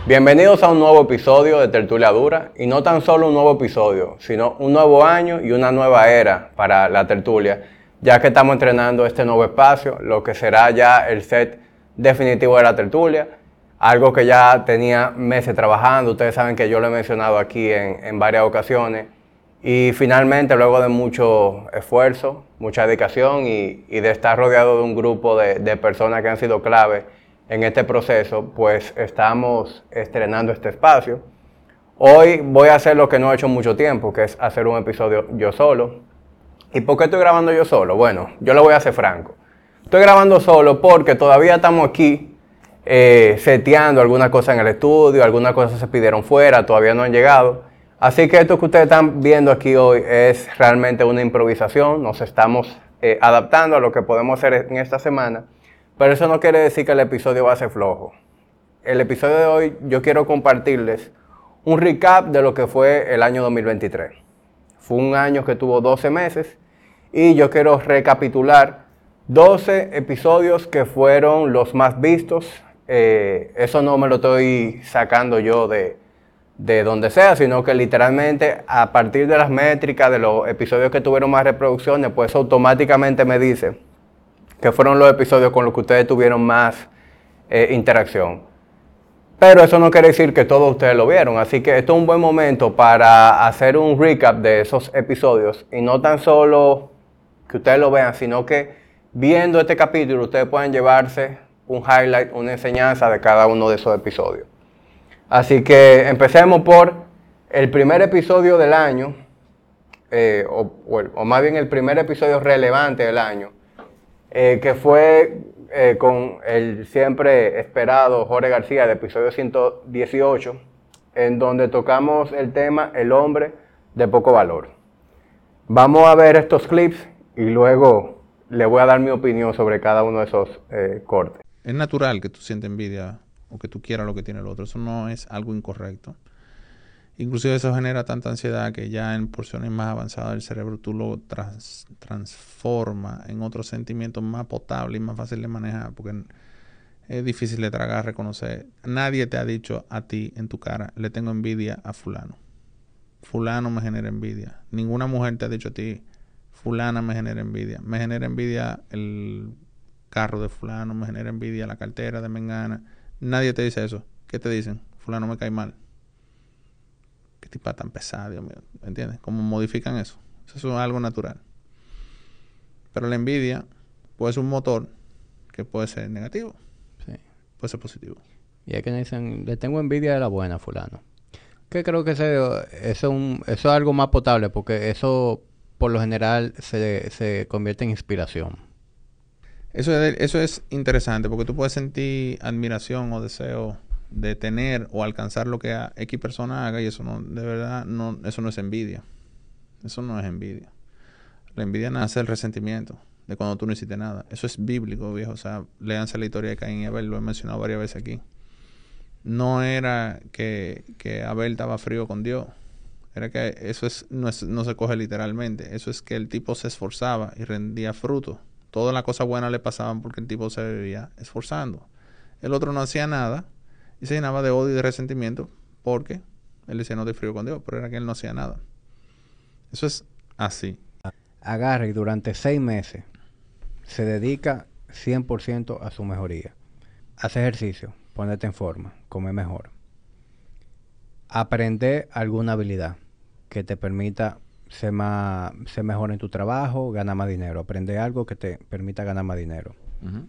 Bienvenidos a un nuevo episodio de Tertulia Dura, y no tan solo un nuevo episodio, sino un nuevo año y una nueva era para la tertulia, ya que estamos entrenando este nuevo espacio, lo que será ya el set definitivo de la tertulia, algo que ya tenía meses trabajando. Ustedes saben que yo lo he mencionado aquí en varias ocasiones, y finalmente, luego de mucho esfuerzo, mucha dedicación y de estar rodeado de un grupo de personas que han sido clave en este proceso, pues estamos estrenando este espacio. Hoy voy a hacer lo que no he hecho mucho tiempo, que es hacer un episodio yo solo. ¿Y por qué estoy grabando yo solo? Bueno, yo lo voy a hacer franco. Estoy grabando solo porque todavía estamos aquí seteando algunas cosas en el estudio, algunas cosas se pidieron fuera, todavía no han llegado. Así que esto que ustedes están viendo aquí hoy es realmente una improvisación. Nos estamos adaptando a lo que podemos hacer en esta semana. Pero eso no quiere decir que el episodio va a ser flojo. El episodio de hoy yo quiero compartirles un recap de lo que fue el año 2023. Fue un año que tuvo 12 meses y yo quiero recapitular 12 episodios que fueron los más vistos. Eso no me lo estoy sacando yo de donde sea, sino que literalmente a partir de las métricas de los episodios que tuvieron más reproducciones, pues automáticamente me dice que fueron los episodios con los que ustedes tuvieron más interacción. Pero eso no quiere decir que todos ustedes lo vieron, así que esto es un buen momento para hacer un recap de esos episodios, y no tan solo que ustedes lo vean, sino que viendo este capítulo ustedes pueden llevarse un highlight, una enseñanza de cada uno de esos episodios. Así que empecemos por el primer episodio del año, o más bien el primer episodio relevante del año, que fue con el siempre esperado Jorge García, del episodio 118, en donde tocamos el tema El hombre de poco valor. Vamos a ver estos clips y luego le voy a dar mi opinión sobre cada uno de esos cortes. Es natural que tú sientas envidia o que tú quieras lo que tiene el otro. Eso no es algo incorrecto. Inclusive eso genera tanta ansiedad que ya en porciones más avanzadas del cerebro tú lo transformas en otros sentimientos más potables y más fácil de manejar, porque es difícil de tragar, reconocer. Nadie te ha dicho a ti en tu cara, le tengo envidia a fulano. Fulano me genera envidia. Ninguna mujer te ha dicho a ti, fulana me genera envidia. Me genera envidia el carro de fulano, me genera envidia la cartera de mengana. Nadie te dice eso. ¿Qué te dicen? Fulano me cae mal. Qué tipa tan pesada, Dios mío. ¿Entiendes? ¿Cómo modifican eso? Eso es algo natural. Pero la envidia puede ser un motor que puede ser negativo. Sí. Puede ser positivo. Y hay que dicen, le tengo envidia de la buena, fulano. Que creo que eso es algo más potable, porque eso por lo general se convierte en inspiración. Eso es interesante, porque tú puedes sentir admiración o deseo de tener o alcanzar lo que X persona haga, y eso no, de verdad, no, eso no es envidia. Eso no es envidia. La envidia nace del resentimiento, de cuando tú no hiciste nada. Eso es bíblico, viejo. O sea, léanse la historia de Caín y Abel, lo he mencionado varias veces aquí. No era que Abel estaba frío con Dios. Era que eso no se coge literalmente. Eso es que el tipo se esforzaba y rendía fruto. Todas las cosas buenas le pasaban porque el tipo se vivía esforzando. El otro no hacía nada y se llenaba de odio y de resentimiento porque él decía no estoy frío con Dios, pero era que él no hacía nada. Eso es así. Agarra y durante 6 meses se dedica 100% a su mejoría. Hace ejercicio, ponerte en forma, comer mejor. Aprender alguna habilidad que te permita ser mejor en tu trabajo, ganar más dinero. Aprender algo que te permita ganar más dinero. Uh-huh.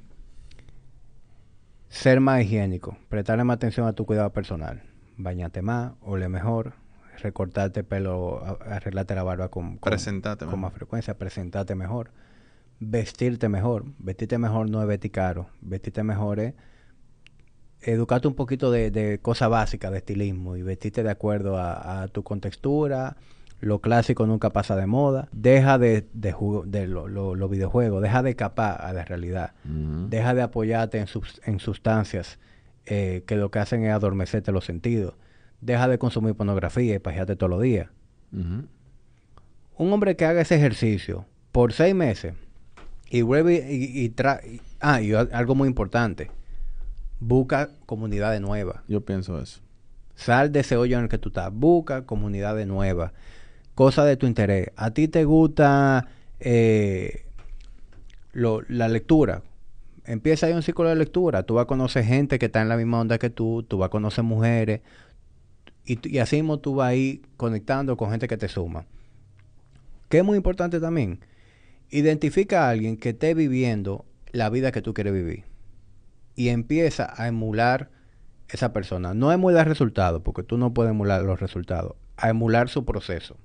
Ser más higiénico, prestarle más atención a tu cuidado personal. Bañarte más, oler mejor, recortarte el pelo, arreglarte la barba con más frecuencia, presentarte mejor. Vestirte mejor. Vestirte mejor no es vestir caro. Vestirte mejor es educarte un poquito de cosas básicas de estilismo y vestirte de acuerdo a tu contextura. Lo clásico nunca pasa de moda. Deja de los videojuegos. Deja de escapar a la realidad. Uh-huh. Deja de apoyarte en sustancias que lo que hacen es adormecerte los sentidos. Deja de consumir pornografía y pajearte todos los días. Uh-huh. Un hombre que haga ese ejercicio por 6 meses y vuelve y algo muy importante. Busca comunidades nuevas. Yo pienso eso. Sal de ese hoyo en el que tú estás. Busca comunidades nuevas. Cosas de tu interés. A ti te gusta la lectura. Empieza ahí un círculo de lectura. Tú vas a conocer gente que está en la misma onda que tú. Tú vas a conocer mujeres. Y así mismo tú vas a ir conectando con gente que te suma. Que es muy importante también. Identifica a alguien que esté viviendo la vida que tú quieres vivir. Y empieza a emular esa persona. No emular resultados, porque tú no puedes emular los resultados. A emular su proceso.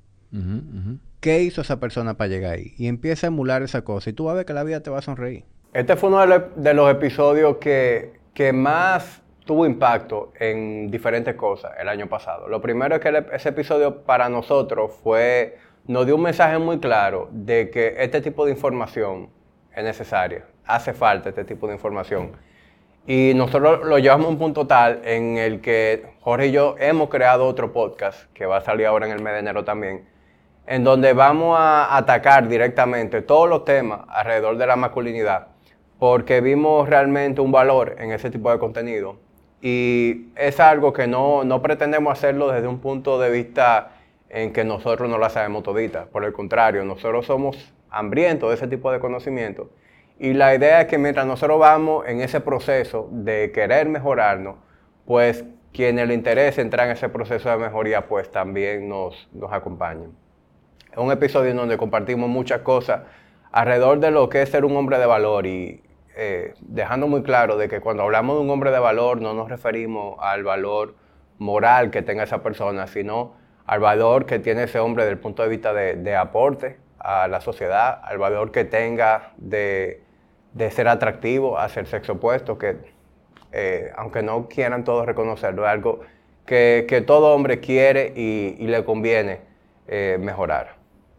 ¿Qué hizo esa persona para llegar ahí? Y empieza a emular esa cosa. Y tú vas a ver que la vida te va a sonreír. Este fue uno de los episodios que más tuvo impacto en diferentes cosas el año pasado. Lo primero es que ese episodio para nosotros nos dio un mensaje muy claro de que este tipo de información es necesaria. Hace falta este tipo de información. Y nosotros lo llevamos a un punto tal en el que Jorge y yo hemos creado otro podcast, que va a salir ahora en el mes de enero también, en donde vamos a atacar directamente todos los temas alrededor de la masculinidad, porque vimos realmente un valor en ese tipo de contenido. Y es algo que no pretendemos hacerlo desde un punto de vista en que nosotros no la sabemos todita. Por el contrario, nosotros somos hambrientos de ese tipo de conocimiento. Y la idea es que mientras nosotros vamos en ese proceso de querer mejorarnos, pues quienes les interese entrar en ese proceso de mejoría, pues también nos acompañen. Es un episodio en donde compartimos muchas cosas alrededor de lo que es ser un hombre de valor y dejando muy claro de que cuando hablamos de un hombre de valor no nos referimos al valor moral que tenga esa persona, sino al valor que tiene ese hombre desde el punto de vista de aporte a la sociedad, al valor que tenga de ser atractivo hacia el sexo opuesto, que aunque no quieran todos reconocerlo, es algo que todo hombre quiere y le conviene mejorar.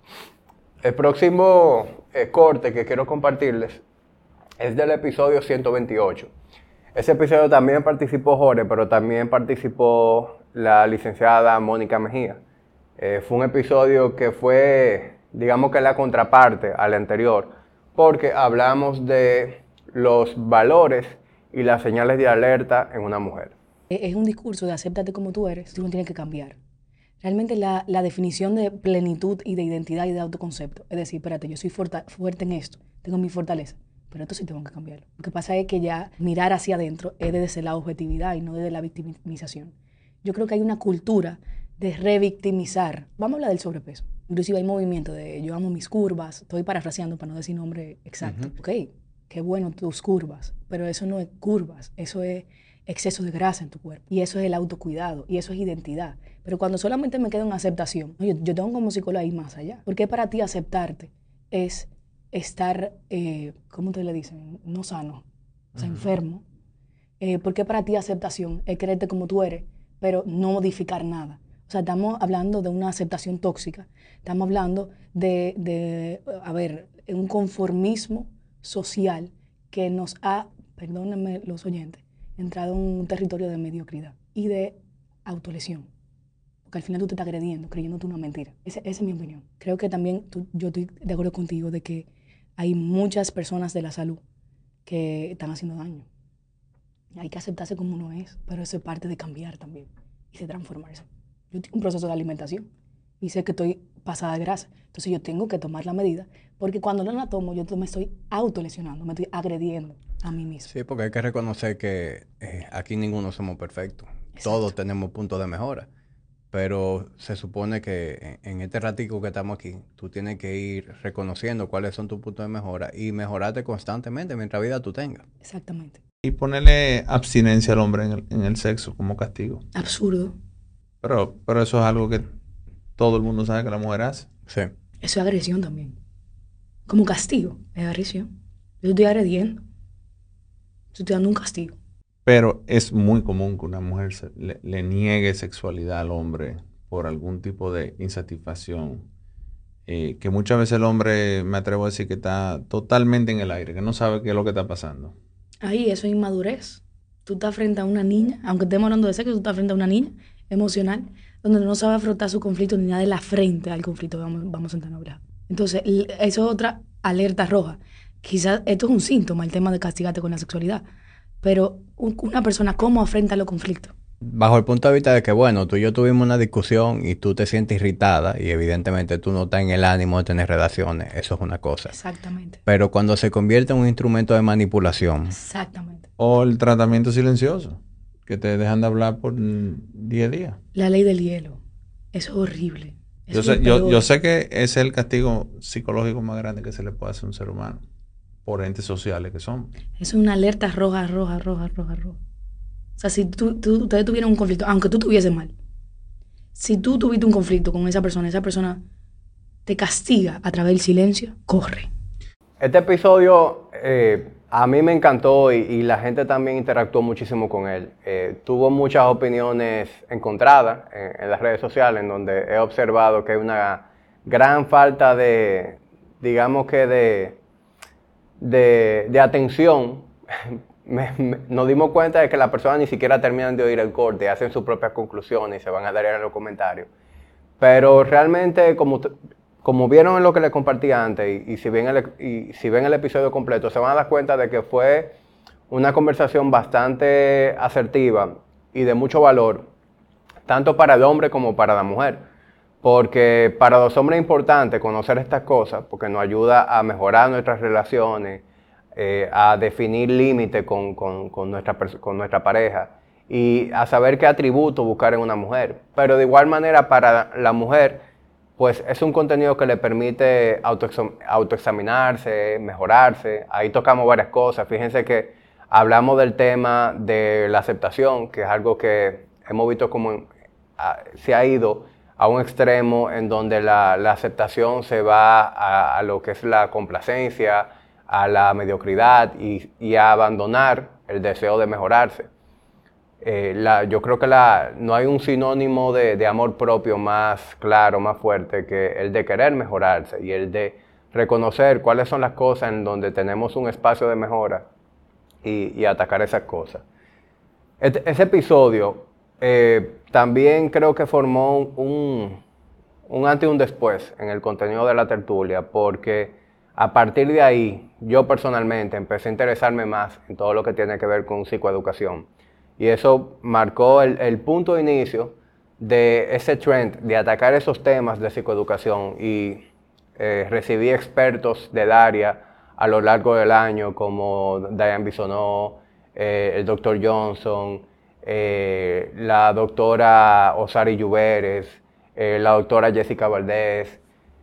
El próximo corte que quiero compartirles es del episodio 128. Ese episodio también participó Jorge, pero también participó la licenciada Mónica Mejía. Fue un episodio que fue, digamos que la contraparte al anterior, porque hablamos de los valores y las señales de alerta en una mujer. Es un discurso de acéptate como tú eres, tú no tienes que cambiar. Realmente la definición de plenitud y de identidad y de autoconcepto, es decir, espérate, yo soy fuerte en esto, tengo mi fortaleza, pero esto sí tengo que cambiarlo. Lo que pasa es que ya mirar hacia adentro es desde la objetividad y no desde la victimización. Yo creo que hay una cultura de revictimizar. Vamos a hablar del sobrepeso. Inclusive hay movimiento de yo amo mis curvas. Estoy parafraseando para no decir nombre exacto. Ok, qué bueno tus curvas, pero eso no es curvas, eso es exceso de grasa en tu cuerpo. Y eso es el autocuidado, y eso es identidad. Pero cuando solamente me quedo en aceptación, yo tengo como psicóloga ir más allá. Porque para ti aceptarte es estar, ¿cómo te le dicen? No sano, o sea, enfermo. Porque para ti aceptación es quererte como tú eres, pero no modificar nada. O sea, estamos hablando de una aceptación tóxica. Estamos hablando de un conformismo social que nos ha, perdónenme los oyentes, entrado en un territorio de mediocridad y de autolesión. Porque al final tú te estás agrediendo, creyéndote una mentira. Esa es mi opinión. Creo que también yo estoy de acuerdo contigo de que hay muchas personas de la salud que están haciendo daño. Hay que aceptarse como uno es, pero eso es parte de cambiar también y de transformarse. Yo tengo un proceso de alimentación y sé que estoy pasada de grasa. Entonces yo tengo que tomar la medida porque cuando no la tomo yo me estoy autolesionando, me estoy agrediendo a mí mismo. Sí, porque hay que reconocer que aquí ninguno somos perfectos. Exacto. Todos tenemos puntos de mejora. Pero se supone que en este ratico que estamos aquí, tú tienes que ir reconociendo cuáles son tus puntos de mejora y mejorarte constantemente mientras vida tú tengas. Exactamente. Y ponerle abstinencia al hombre en el sexo como castigo. Absurdo. Pero eso es algo que todo el mundo sabe que la mujer hace. Sí. Eso es agresión también. Como castigo, es agresión. Yo estoy agrediendo. Yo estoy dando un castigo. Pero es muy común que una mujer le niegue sexualidad al hombre por algún tipo de insatisfacción. Que muchas veces el hombre, me atrevo a decir, que está totalmente en el aire, que no sabe qué es lo que está pasando. Ahí, eso es inmadurez. Tú estás frente a una niña, aunque estemos hablando de sexo, tú estás frente a una niña emocional, donde no sabe afrontar su conflicto ni nada de la frente al conflicto que vamos a entrar a hablar. Entonces, eso es otra alerta roja. Quizás esto es un síntoma, el tema de castigarte con la sexualidad. Pero una persona, ¿cómo afronta los conflictos? Bajo el punto de vista de que, bueno, tú y yo tuvimos una discusión y tú te sientes irritada y evidentemente tú no estás en el ánimo de tener relaciones, eso es una cosa. Exactamente. Pero cuando se convierte en un instrumento de manipulación. Exactamente. O el tratamiento silencioso, que te dejan de hablar por 10 días. La ley del hielo. Eso es horrible. Yo sé que ese es el castigo psicológico más grande que se le puede hacer a un ser humano, por entes sociales que son. Es una alerta roja. O sea, si ustedes tuvieran un conflicto, aunque tú tuvieses mal, si tú tuviste un conflicto con esa persona te castiga a través del silencio, corre. Este episodio a mí me encantó y la gente también interactuó muchísimo con él. Tuvo muchas opiniones encontradas en las redes sociales, en donde he observado que hay una gran falta de, digamos que de atención. Nos dimos cuenta de que las personas ni siquiera terminan de oír el corte, hacen sus propias conclusiones y se van a dar en los comentarios. Pero realmente, como vieron en lo que les compartí antes, y si ven el episodio completo, se van a dar cuenta de que fue una conversación bastante asertiva y de mucho valor, tanto para el hombre como para la mujer. Porque para los hombres es importante conocer estas cosas, porque nos ayuda a mejorar nuestras relaciones, a definir límites con nuestra pareja y a saber qué atributos buscar en una mujer. Pero de igual manera para la mujer, pues es un contenido que le permite autoexaminarse, mejorarse. Ahí tocamos varias cosas. Fíjense que hablamos del tema de la aceptación, que es algo que hemos visto como se ha ido a un extremo en donde la aceptación se va a lo que es la complacencia, a la mediocridad y a abandonar el deseo de mejorarse. Yo creo que no hay un sinónimo de amor propio más claro, más fuerte que el de querer mejorarse y el de reconocer cuáles son las cosas en donde tenemos un espacio de mejora y atacar esas cosas. Ese episodio también creo que formó un antes y un después en el contenido de la tertulia, porque a partir de ahí, yo personalmente empecé a interesarme más en todo lo que tiene que ver con psicoeducación. Y eso marcó el punto de inicio de ese trend de atacar esos temas de psicoeducación. Y recibí expertos del área a lo largo del año, como Diane Bisonó, el Dr. Johnson, la doctora Osari Lluveres, la doctora Jessica Valdés,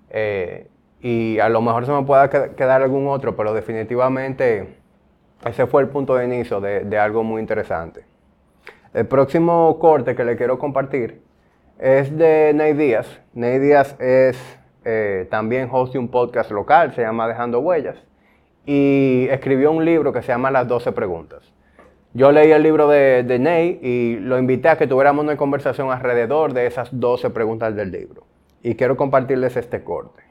y a lo mejor se me pueda quedar algún otro, pero definitivamente ese fue el punto de inicio de algo muy interesante. El próximo corte que le quiero compartir es de Ney Díaz. Ney Díaz es también host de un podcast local, se llama Dejando Huellas, y escribió un libro que se llama Las 12 Preguntas. Yo leí el libro de Ney y lo invité a que tuviéramos una conversación alrededor de esas 12 preguntas del libro. Y quiero compartirles este corte.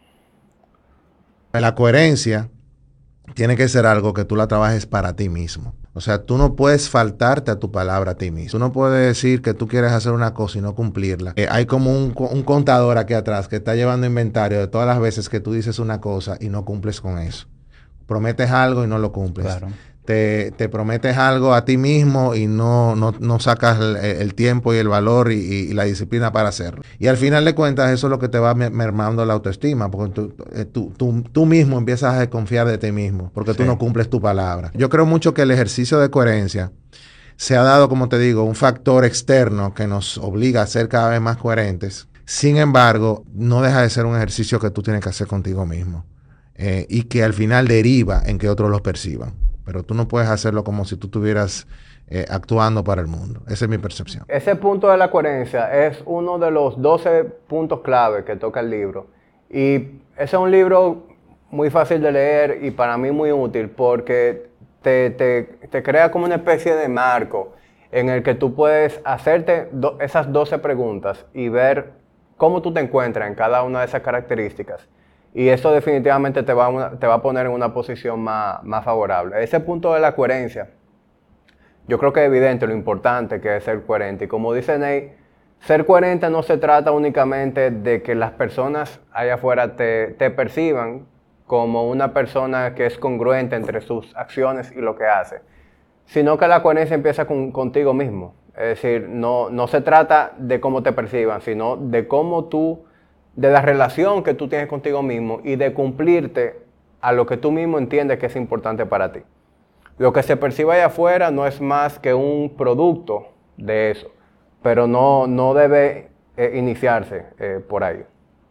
La coherencia tiene que ser algo que tú la trabajes para ti mismo. O sea, tú no puedes faltarte a tu palabra a ti mismo. Tú no puedes decir que tú quieres hacer una cosa y no cumplirla. Hay como un contador aquí atrás que está llevando inventario de todas las veces que tú dices una cosa y no cumples con eso. Prometes algo y no lo cumples. Claro. Te prometes algo a ti mismo y no sacas el tiempo y el valor y la disciplina para hacerlo. Y al final de cuentas eso es lo que te va mermando la autoestima, porque tú mismo empiezas a desconfiar de ti mismo, porque tú no cumples tu palabra. Yo creo mucho que el ejercicio de coherencia se ha dado, como te digo, un factor externo que nos obliga a ser cada vez más coherentes. Sin embargo, no deja de ser un ejercicio que tú tienes que hacer contigo mismo y que al final deriva en que otros los perciban. Pero tú no puedes hacerlo como si tú estuvieras actuando para el mundo. Esa es mi percepción. Ese punto de la coherencia es uno de los 12 puntos clave que toca el libro. Y ese es un libro muy fácil de leer y para mí muy útil porque te crea como una especie de marco en el que tú puedes hacerte esas 12 preguntas y ver cómo tú te encuentras en cada una de esas características. Y eso definitivamente te va a poner en una posición más favorable. Ese punto de la coherencia, yo creo que es evidente lo importante que es ser coherente. Y como dice Ney, ser coherente no se trata únicamente de que las personas allá afuera te perciban como una persona que es congruente entre sus acciones y lo que hace, sino que la coherencia empieza contigo mismo. Es decir, no se trata de cómo te perciban, sino de cómo tú, de la relación que tú tienes contigo mismo y de cumplirte a lo que tú mismo entiendes que es importante para ti. Lo que se percibe allá afuera no es más que un producto de eso, pero no debe iniciarse por ahí.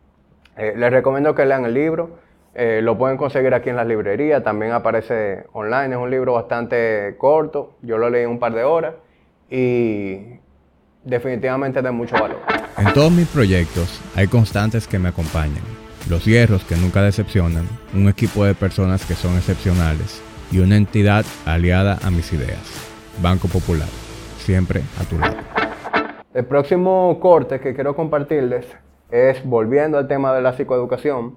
Les recomiendo que lean el libro, lo pueden conseguir aquí en las librerías, también aparece online, es un libro bastante corto, yo lo leí en un par de horas y definitivamente de mucho valor. En todos mis proyectos hay constantes que me acompañan, los hierros que nunca decepcionan, un equipo de personas que son excepcionales y una entidad aliada a mis ideas. Banco Popular, siempre a tu lado. El próximo corte que quiero compartirles es, volviendo al tema de la psicoeducación,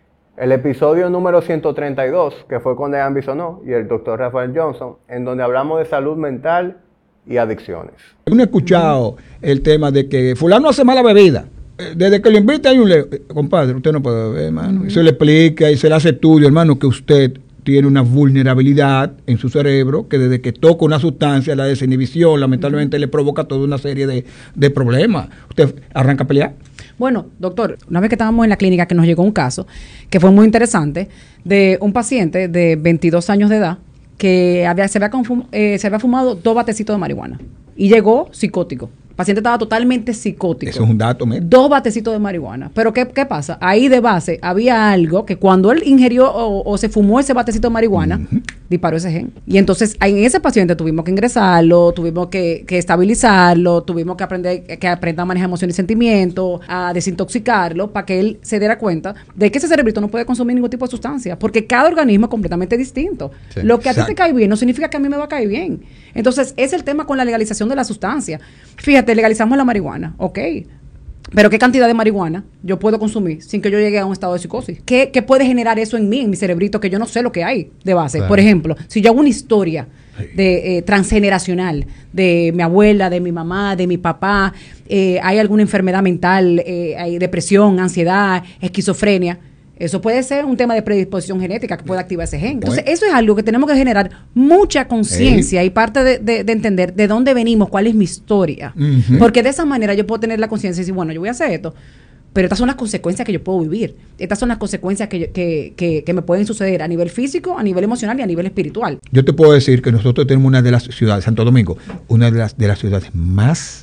el episodio número 132, que fue con Dean Bisonó y el doctor Rafael Johnson, en donde hablamos de salud mental y adicciones. Uno ha escuchado el tema de que fulano hace mala bebida. Desde que lo invita hay un compadre, usted no puede beber, hermano. Y se le explica y se le hace estudio, hermano, que usted tiene una vulnerabilidad en su cerebro que desde que toca una sustancia, la desinhibición, lamentablemente le provoca toda una serie de problemas. ¿Usted arranca a pelear? Bueno, doctor, una vez que estábamos en la clínica que nos llegó un caso que fue muy interesante de un paciente de 22 años de edad que se había fumado 2 batecitos de marihuana y llegó psicótico. El paciente estaba totalmente psicótico. Eso es un dato, ¿me? 2 batecitos de marihuana. Pero ¿qué pasa? Ahí de base había algo que cuando él ingirió o se fumó ese batecito de marihuana, disparó ese gen. Y entonces en ese paciente tuvimos que ingresarlo, tuvimos que estabilizarlo, tuvimos que aprender a manejar emociones y sentimientos, a desintoxicarlo para que él se diera cuenta de que ese cerebrito no puede consumir ningún tipo de sustancia, porque cada organismo es completamente distinto. Sí. Lo que a ti te cae bien no significa que a mí me va a caer bien. Entonces es el tema con la legalización de la sustancia. Fíjate, legalizamos la marihuana, ok, pero ¿qué cantidad de marihuana yo puedo consumir sin que yo llegue a un estado de psicosis? ¿Qué puede generar eso en mí, en mi cerebrito, que yo no sé lo que hay de base? Claro. Por ejemplo, si yo hago una historia de transgeneracional de mi abuela, de mi mamá, de mi papá, hay alguna enfermedad mental, hay depresión, ansiedad, esquizofrenia, eso puede ser un tema de predisposición genética que puede activar ese gen. Entonces, eso es algo que tenemos que generar mucha conciencia y parte de entender de dónde venimos, cuál es mi historia. Porque de esa manera yo puedo tener la conciencia y decir, bueno, yo voy a hacer esto, pero estas son las consecuencias que yo puedo vivir. Estas son las consecuencias que me pueden suceder a nivel físico, a nivel emocional y a nivel espiritual. Yo te puedo decir que nosotros tenemos una de las ciudades, Santo Domingo, una de las ciudades más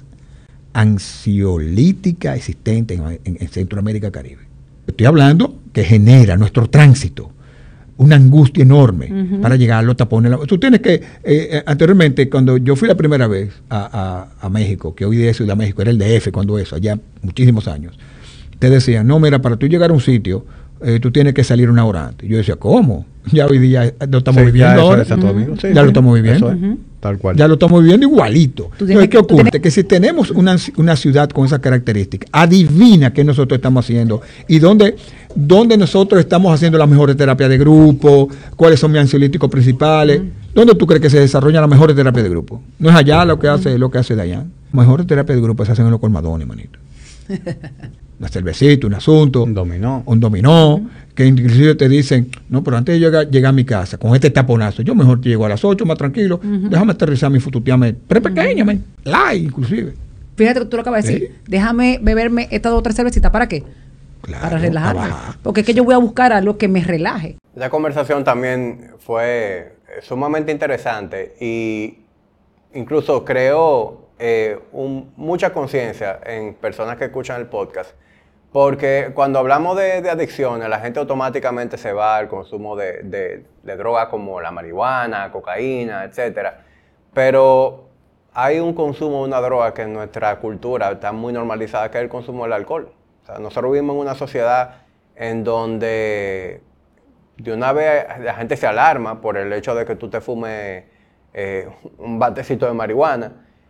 ansiolíticas existentes en Centroamérica Caribe. Estoy hablando que genera nuestro tránsito una angustia enorme para llegar a los tapones. Tú tienes que, anteriormente, cuando yo fui la primera vez a México, que hoy día es Ciudad de México, era el DF cuando eso, allá muchísimos años, te decían, no, mira, para tú llegar a un sitio, tú tienes que salir una hora antes. Yo decía, ¿cómo? Ya hoy día lo estamos viviendo ahora. Ya lo estamos viviendo. Tal cual. Ya lo estamos viviendo igualito. Entonces, ¿qué ocurre? Que si tenemos una ciudad con esas características, adivina qué nosotros estamos haciendo y dónde nosotros estamos haciendo las mejores terapias de grupo, cuáles son mis ansiolíticos principales. ¿Dónde tú crees que se desarrollan las mejores terapias de grupo? No es allá lo que hace Dayan. Mejores terapias de grupo se hacen en los colmadones, manito. Una cervecita, un asunto. Un dominó. Que inclusive te dicen, no, pero antes de llegar a mi casa, con este taponazo, yo mejor te llego a las 8, más tranquilo, déjame aterrizar mi fututeame, pero pequeña, inclusive. Fíjate que tú lo acabas de decir, déjame beberme estas 2 o 3 cervecitas, ¿para qué? Claro, para relajarme. Porque es que yo voy a buscar algo que me relaje. La conversación también fue sumamente interesante y incluso creó mucha conciencia en personas que escuchan el podcast. Porque cuando hablamos de adicciones, la gente automáticamente se va al consumo de drogas como la marihuana, cocaína, etc. Pero hay un consumo de una droga que en nuestra cultura está muy normalizada, que es el consumo del alcohol. O sea, nosotros vivimos en una sociedad en donde de una vez la gente se alarma por el hecho de que tú te fumes un batecito de marihuana.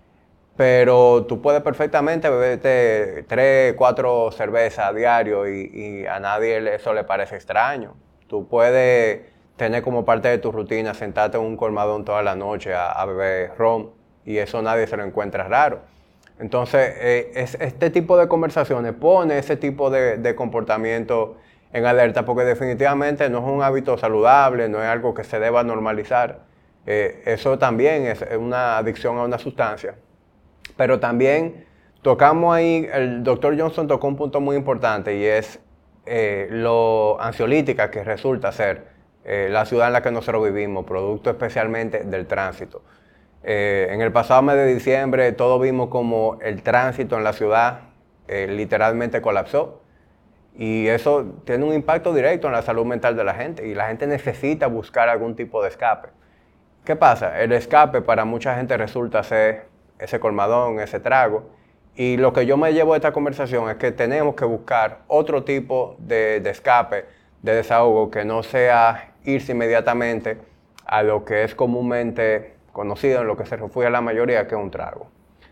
Pero tú puedes perfectamente beberte 3, 4 cervezas a diario y a nadie eso le parece extraño. Tú puedes tener como parte de tu rutina sentarte en un colmadón toda la noche a beber ron y eso nadie se lo encuentra raro. Entonces, este tipo de conversaciones pone ese tipo de comportamiento en alerta porque definitivamente no es un hábito saludable, no es algo que se deba normalizar. Eso también es una adicción a una sustancia. Pero también tocamos ahí, el Dr. Johnson tocó un punto muy importante y es lo ansiolítica que resulta ser la ciudad en la que nosotros vivimos, producto especialmente del tránsito. En el pasado mes de diciembre todos vimos como el tránsito en la ciudad literalmente colapsó y eso tiene un impacto directo en la salud mental de la gente y la gente necesita buscar algún tipo de escape. ¿Qué pasa? El escape para mucha gente resulta ser ese colmadón, ese trago. Y lo que yo me llevo de esta conversación es que tenemos que buscar otro tipo de escape, de desahogo, que no sea irse inmediatamente a lo que es comúnmente conocido, en lo que se refugia la mayoría, que es un trago.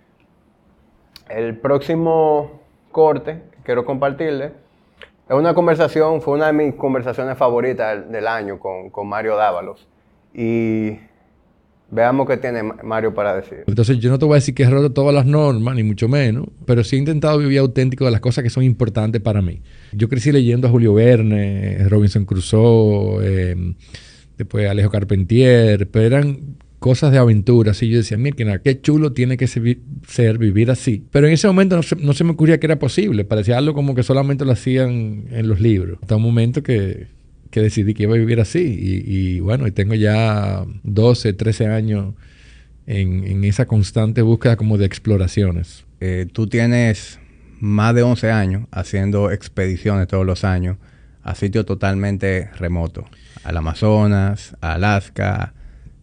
El próximo corte que quiero compartirles es una conversación, fue una de mis conversaciones favoritas del año con Mario Dávalos. Y veamos qué tiene Mario para decir. Entonces yo no te voy a decir que he roto todas las normas, ni mucho menos, pero sí he intentado vivir auténtico de las cosas que son importantes para mí. Yo crecí leyendo a Julio Verne, Robinson Crusoe, después Alejo Carpentier, pero eran cosas de aventura. Así yo decía, mira, qué chulo tiene que ser vivir así. Pero en ese momento no se me ocurría que era posible. Parecía algo como que solamente lo hacían en los libros. Hasta un momento que decidí que iba a vivir así. Y bueno, y tengo ya 12, 13 años en esa constante búsqueda como de exploraciones. Tú tienes más de 11 años haciendo expediciones todos los años a sitios totalmente remotos. Al Amazonas, a Alaska,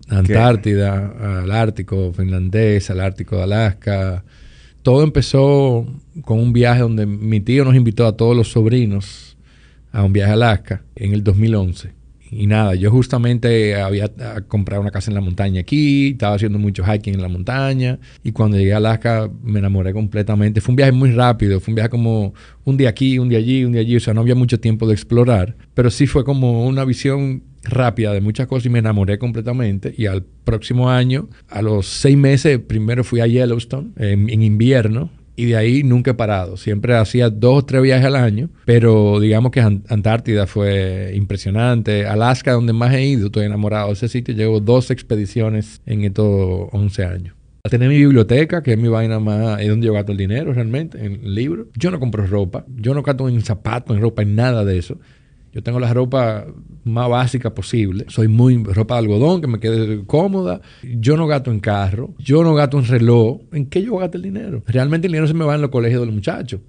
Antártida, al Ártico finlandés, al Ártico de Alaska. Todo empezó con un viaje donde mi tío nos invitó a todos los sobrinos a un viaje a Alaska en el 2011. Y nada, yo justamente había comprado una casa en la montaña aquí, estaba haciendo mucho hiking en la montaña, y cuando llegué a Alaska me enamoré completamente. Fue un viaje muy rápido, fue un viaje como un día aquí, un día allí, un día allí, o sea, no había mucho tiempo de explorar, pero sí fue como una visión rápida de muchas cosas y me enamoré completamente. Y al próximo año, a los 6 meses, primero fui a Yellowstone en invierno. Y de ahí nunca he parado. Siempre hacía 2 o 3 viajes al año. Pero digamos que Antártida fue impresionante. Alaska, donde más he ido, estoy enamorado de ese sitio. Llevo 2 expediciones en estos 11 años. Tener mi biblioteca, que es mi vaina más, es donde yo gasto el dinero realmente, en libros. Yo no compro ropa. Yo no gasto en zapatos, en ropa, en nada de eso. Yo tengo la ropa más básica posible. Soy muy ropa de algodón, que me quede cómoda. Yo no gasto en carro. Yo no gasto en reloj. ¿En qué yo gasto el dinero? Realmente el dinero se me va en los colegios de los muchachos.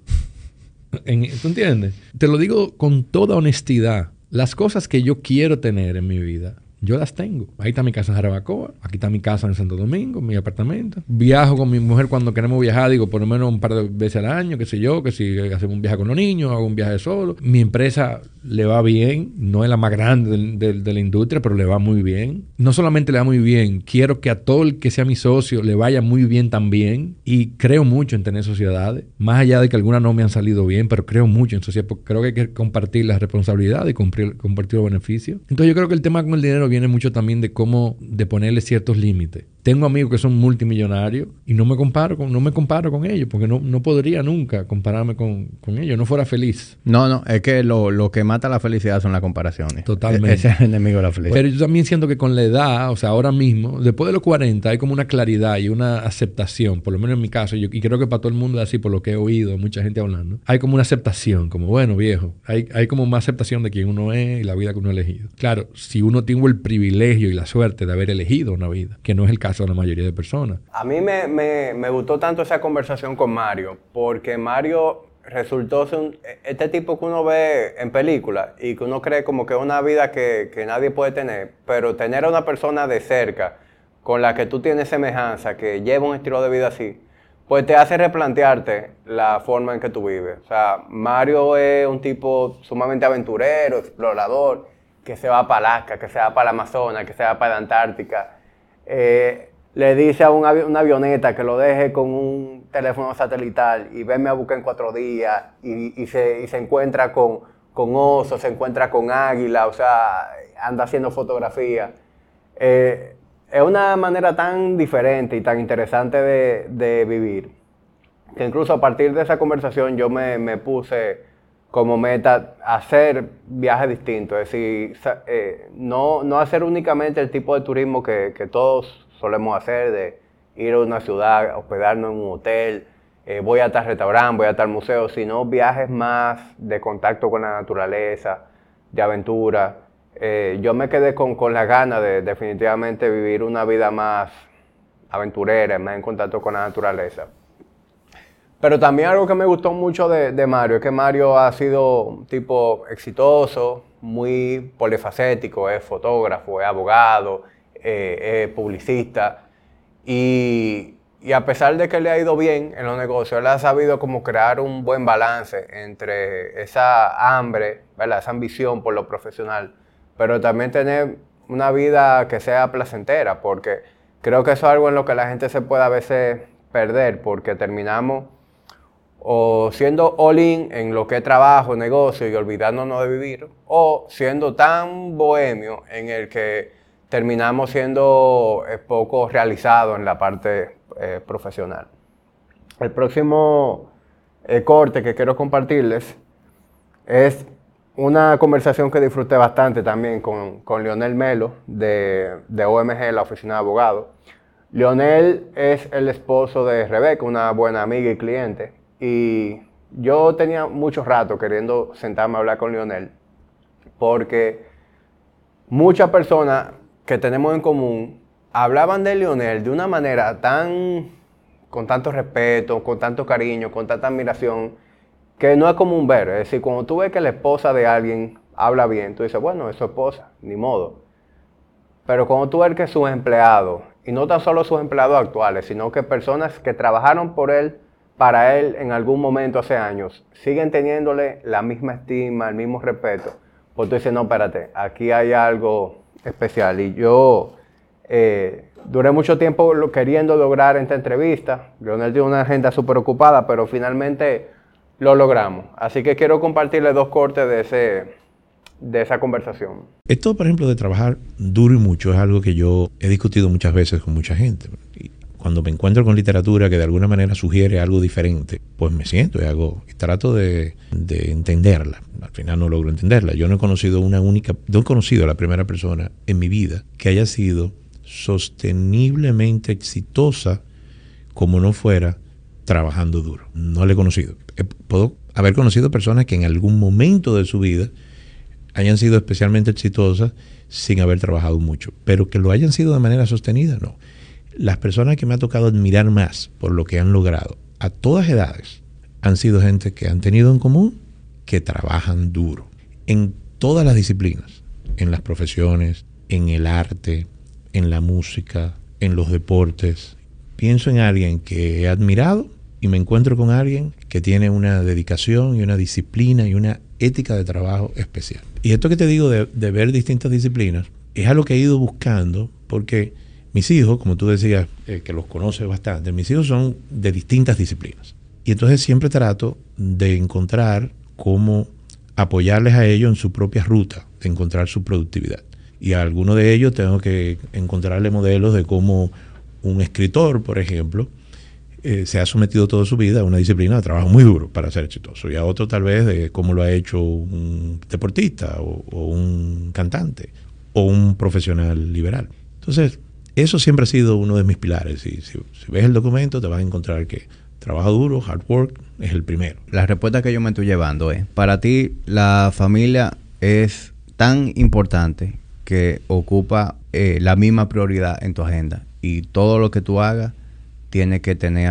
¿Tú entiendes? Te lo digo con toda honestidad. Las cosas que yo quiero tener en mi vida, yo las tengo. Ahí está mi casa en Jarabacoa. Aquí está mi casa en Santo Domingo, mi apartamento. Viajo con mi mujer cuando queremos viajar, digo, por lo menos un par de veces al año, qué sé yo, que si hacemos un viaje con los niños, hago un viaje solo. Mi empresa le va bien, no es la más grande de la industria, pero le va muy bien. No solamente le va muy bien, quiero que a todo el que sea mi socio le vaya muy bien también. Y creo mucho en tener sociedades, más allá de que algunas no me han salido bien, pero creo mucho en sociedades, porque creo que hay que compartir las responsabilidades y compartir los beneficios. Entonces yo creo que el tema con el dinero viene mucho también de ponerle ciertos límites. Tengo amigos que son multimillonarios y no me comparo con ellos, porque no podría nunca compararme con ellos, no fuera feliz. No, es que lo que mata la felicidad son las comparaciones. Totalmente. Ese es el enemigo de la felicidad. Pero yo también siento que con la edad, o sea, ahora mismo, después de los 40, hay como una claridad y una aceptación, por lo menos en mi caso, y creo que para todo el mundo es así, por lo que he oído, mucha gente hablando, hay como una aceptación, como bueno, viejo, hay como más aceptación de quién uno es y la vida que uno ha elegido. Claro, si uno tiene el privilegio y la suerte de haber elegido una vida, que no es el caso de la mayoría de personas. A mí me gustó tanto esa conversación con Mario, porque Mario resultó ser este tipo que uno ve en películas y que uno cree como que es una vida que nadie puede tener, pero tener a una persona de cerca con la que tú tienes semejanza, que lleva un estilo de vida así, pues te hace replantearte la forma en que tú vives. O sea, Mario es un tipo sumamente aventurero, explorador, que se va para Alaska, que se va para el Amazonas, que se va para la Antártica. Le dice a una avioneta que lo deje con un teléfono satelital y venme a buscar en 4 días y se encuentra con osos, se encuentra con águila, o sea, anda haciendo fotografía. Es una manera tan diferente y tan interesante de vivir, que incluso a partir de esa conversación yo me puse como meta hacer viajes distintos, es decir, no hacer únicamente el tipo de turismo que todos solemos hacer, de ir a una ciudad, hospedarnos en un hotel, voy a tal restaurante, voy a tal museo, sino viajes más de contacto con la naturaleza, de aventura. Yo me quedé con la gana de definitivamente vivir una vida más aventurera, más en contacto con la naturaleza. Pero también algo que me gustó mucho de Mario es que Mario ha sido un tipo exitoso, muy polifacético, es fotógrafo, es abogado, es publicista y a pesar de que le ha ido bien en los negocios, él ha sabido como crear un buen balance entre esa hambre, ¿verdad? Esa ambición por lo profesional, pero también tener una vida que sea placentera, porque creo que eso es algo en lo que la gente se puede a veces perder, porque terminamos o siendo all in en lo que es trabajo, negocio y olvidándonos de vivir, o siendo tan bohemio en el que terminamos siendo poco realizados en la parte profesional. El próximo corte que quiero compartirles es una conversación que disfruté bastante también con Leonel Melo de OMG, la oficina de abogados. Leonel es el esposo de Rebeca, una buena amiga y cliente. Y yo tenía mucho rato queriendo sentarme a hablar con Leonel, porque muchas personas que tenemos en común hablaban de Leonel de una manera con tanto respeto, con tanto cariño, con tanta admiración, que no es común ver. Es decir, cuando tú ves que la esposa de alguien habla bien, tú dices, bueno, es su esposa, ni modo. Pero cuando tú ves que sus empleados, y no tan solo sus empleados actuales, sino que personas que trabajaron para él en algún momento hace años, siguen teniéndole la misma estima, el mismo respeto, pues tú dices, no, espérate, aquí hay algo especial. Y yo duré mucho tiempo queriendo lograr esta entrevista. Leonel tiene una agenda súper ocupada, pero finalmente lo logramos. Así que quiero compartirle 2 cortes de esa conversación. Esto, por ejemplo, de trabajar duro y mucho es algo que yo he discutido muchas veces con mucha gente. Cuando me encuentro con literatura que de alguna manera sugiere algo diferente, pues me siento y trato de entenderla. Al final no logro entenderla. Yo no he conocido a la primera persona en mi vida que haya sido sosteniblemente exitosa como no fuera trabajando duro. No la he conocido. Puedo haber conocido personas que en algún momento de su vida hayan sido especialmente exitosas sin haber trabajado mucho, pero que lo hayan sido de manera sostenida, no. Las personas que me ha tocado admirar más por lo que han logrado a todas edades han sido gente que han tenido en común que trabajan duro en todas las disciplinas, en las profesiones, en el arte, en la música, en los deportes. Pienso en alguien que he admirado y me encuentro con alguien que tiene una dedicación y una disciplina y una ética de trabajo especial. Y esto que te digo de ver distintas disciplinas es algo que he ido buscando porque mis hijos, como tú decías, que los conoces bastante, mis hijos son de distintas disciplinas. Y entonces siempre trato de encontrar cómo apoyarles a ellos en su propia ruta, de encontrar su productividad. Y a algunos de ellos tengo que encontrarle modelos de cómo un escritor, por ejemplo, se ha sometido toda su vida a una disciplina de trabajo muy duro para ser exitoso. Y a otro tal vez de cómo lo ha hecho un deportista o un cantante o un profesional liberal. Entonces, eso siempre ha sido uno de mis pilares. Y si ves el documento te vas a encontrar que trabajo duro, hard work, es el primero. La respuesta que yo me estoy llevando es, para ti la familia es tan importante que ocupa la misma prioridad en tu agenda y todo lo que tú hagas tiene que tener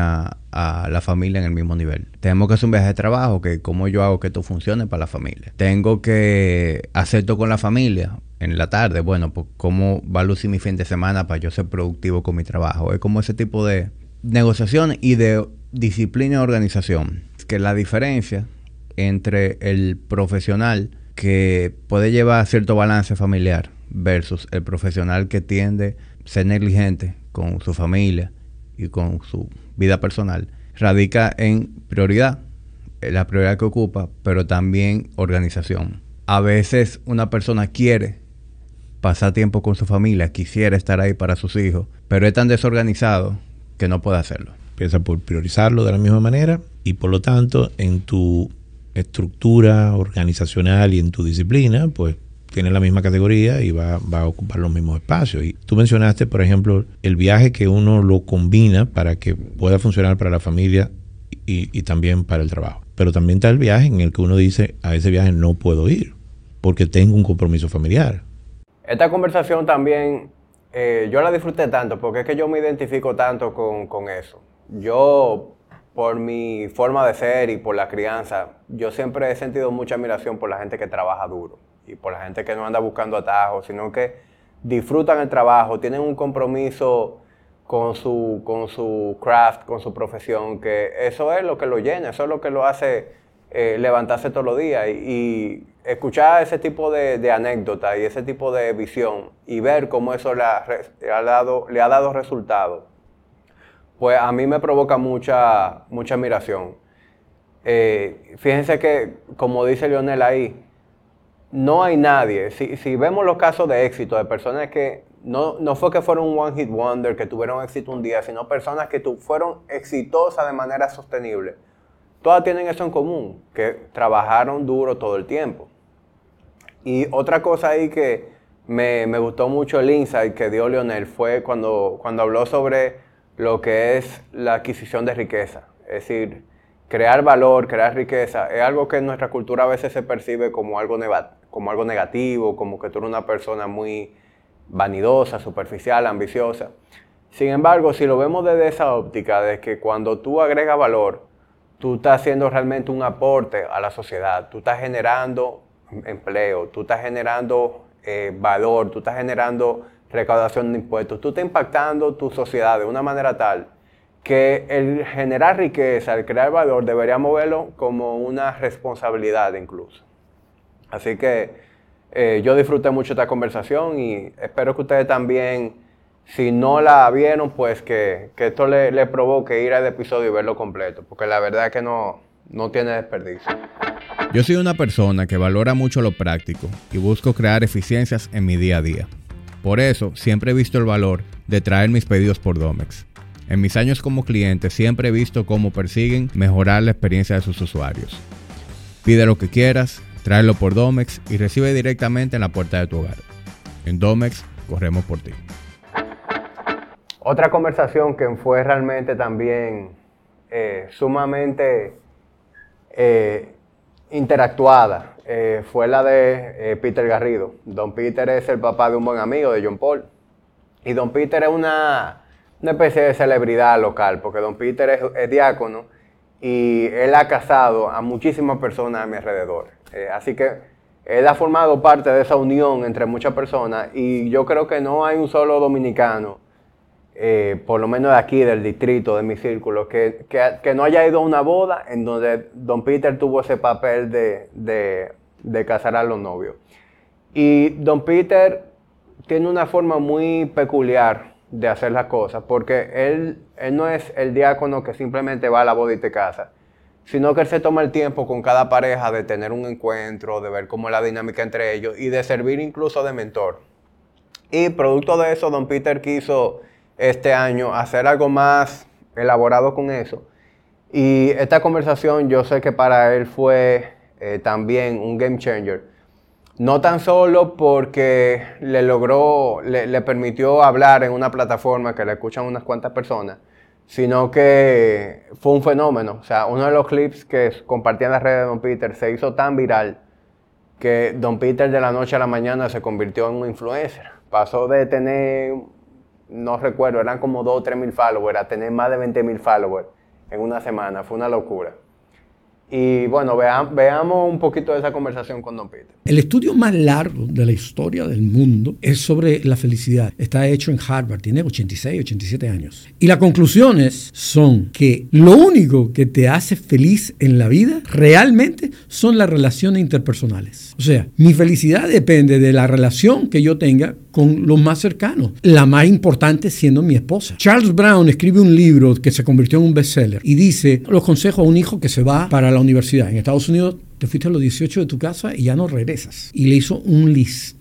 a la familia en el mismo nivel. Tenemos que hacer un viaje de trabajo, que cómo yo hago que esto funcione para la familia. Tengo que hacer esto con la familia en la tarde. Bueno, pues cómo va a lucir mi fin de semana para yo ser productivo con mi trabajo. Es como ese tipo de negociación y de disciplina y organización. Es que la diferencia entre el profesional que puede llevar cierto balance familiar versus el profesional que tiende a ser negligente con su familia y con su vida personal, radica en prioridad, la prioridad que ocupa, pero también organización. A veces una persona quiere pasar tiempo con su familia, quisiera estar ahí para sus hijos, pero es tan desorganizado que no puede hacerlo. Empieza por priorizarlo de la misma manera y por lo tanto en tu estructura organizacional y en tu disciplina, pues tiene la misma categoría y va a ocupar los mismos espacios. Y tú mencionaste, por ejemplo, el viaje que uno lo combina para que pueda funcionar para la familia y también para el trabajo. Pero también está el viaje en el que uno dice, a ese viaje no puedo ir porque tengo un compromiso familiar. Esta conversación también, yo la disfruté tanto porque es que yo me identifico tanto con eso. Yo, por mi forma de ser y por la crianza, yo siempre he sentido mucha admiración por la gente que trabaja duro y por la gente que no anda buscando atajos, sino que disfrutan el trabajo, tienen un compromiso con su craft, con su profesión, que eso es lo que lo llena, eso es lo que lo hace levantarse todos los días y escuchar ese tipo de anécdotas y ese tipo de visión y ver cómo eso le ha dado resultados, pues a mí me provoca mucha admiración. Fíjense que, como dice Lionel ahí, no hay nadie, si vemos los casos de éxito de personas que no fue que fueron un one hit wonder, que tuvieron éxito un día, sino personas que fueron exitosas de manera sostenible. Todas tienen eso en común, que trabajaron duro todo el tiempo. Y otra cosa ahí que me gustó mucho el insight que dio Lionel fue cuando habló sobre lo que es la adquisición de riqueza. Es decir, crear valor, crear riqueza, es algo que en nuestra cultura a veces se percibe como algo negativo, como que tú eres una persona muy vanidosa, superficial, ambiciosa. Sin embargo, si lo vemos desde esa óptica, de que cuando tú agregas valor, tú estás haciendo realmente un aporte a la sociedad, tú estás generando empleo, tú estás generando valor, tú estás generando recaudación de impuestos, tú estás impactando tu sociedad de una manera tal que el generar riqueza, el crear valor, deberíamos verlo como una responsabilidad incluso. Así que yo disfruté mucho esta conversación y espero que ustedes también, si no la vieron, pues que esto le provoque ir al episodio y verlo completo, porque la verdad es que no tiene desperdicio. Yo soy una persona que valora mucho lo práctico y busco crear eficiencias en mi día a día. Por eso, siempre he visto el valor de traer mis pedidos por Domex. En mis años como cliente, siempre he visto cómo persiguen mejorar la experiencia de sus usuarios. Pide lo que quieras, tráelo por Domex y recibe directamente en la puerta de tu hogar. En Domex, corremos por ti. Otra conversación que fue realmente también sumamente interactuada fue la de Peter Garrido. Don Peter es el papá de un buen amigo de John Paul. Y Don Peter es una especie de celebridad local, porque Don Peter es diácono y él ha casado a muchísimas personas a mi alrededor. Así que él ha formado parte de esa unión entre muchas personas y yo creo que no hay un solo dominicano, por lo menos de aquí, del distrito, de mi círculo, que no haya ido a una boda en donde Don Peter tuvo ese papel de casar a los novios. Y Don Peter tiene una forma muy peculiar de hacer las cosas, porque él no es el diácono que simplemente va a la boda y te casa, sino que él se toma el tiempo con cada pareja de tener un encuentro, de ver cómo es la dinámica entre ellos y de servir incluso de mentor. Y producto de eso, Don Peter quiso este año hacer algo más elaborado con eso. Y esta conversación yo sé que para él fue también un game changer. No tan solo porque le permitió hablar en una plataforma que le escuchan unas cuantas personas, sino que fue un fenómeno. O sea, uno de los clips que compartía en las redes de Don Peter se hizo tan viral que Don Peter de la noche a la mañana se convirtió en un influencer. Pasó de tener, no recuerdo, eran como 2 o 3 mil followers, a tener más de 20 mil followers en una semana. Fue una locura. Y bueno, veamos un poquito de esa conversación con Don Peter. El estudio más largo de la historia del mundo es sobre la felicidad. Está hecho en Harvard, tiene 86, 87 años. Y las conclusiones son que lo único que te hace feliz en la vida realmente son las relaciones interpersonales. O sea, mi felicidad depende de la relación que yo tenga con los más cercanos. La más importante siendo mi esposa. Charles Brown escribe un libro que se convirtió en un bestseller y dice los consejos a un hijo que se va para la universidad. En Estados Unidos te fuiste a los 18 de tu casa y ya no regresas. Y le hizo un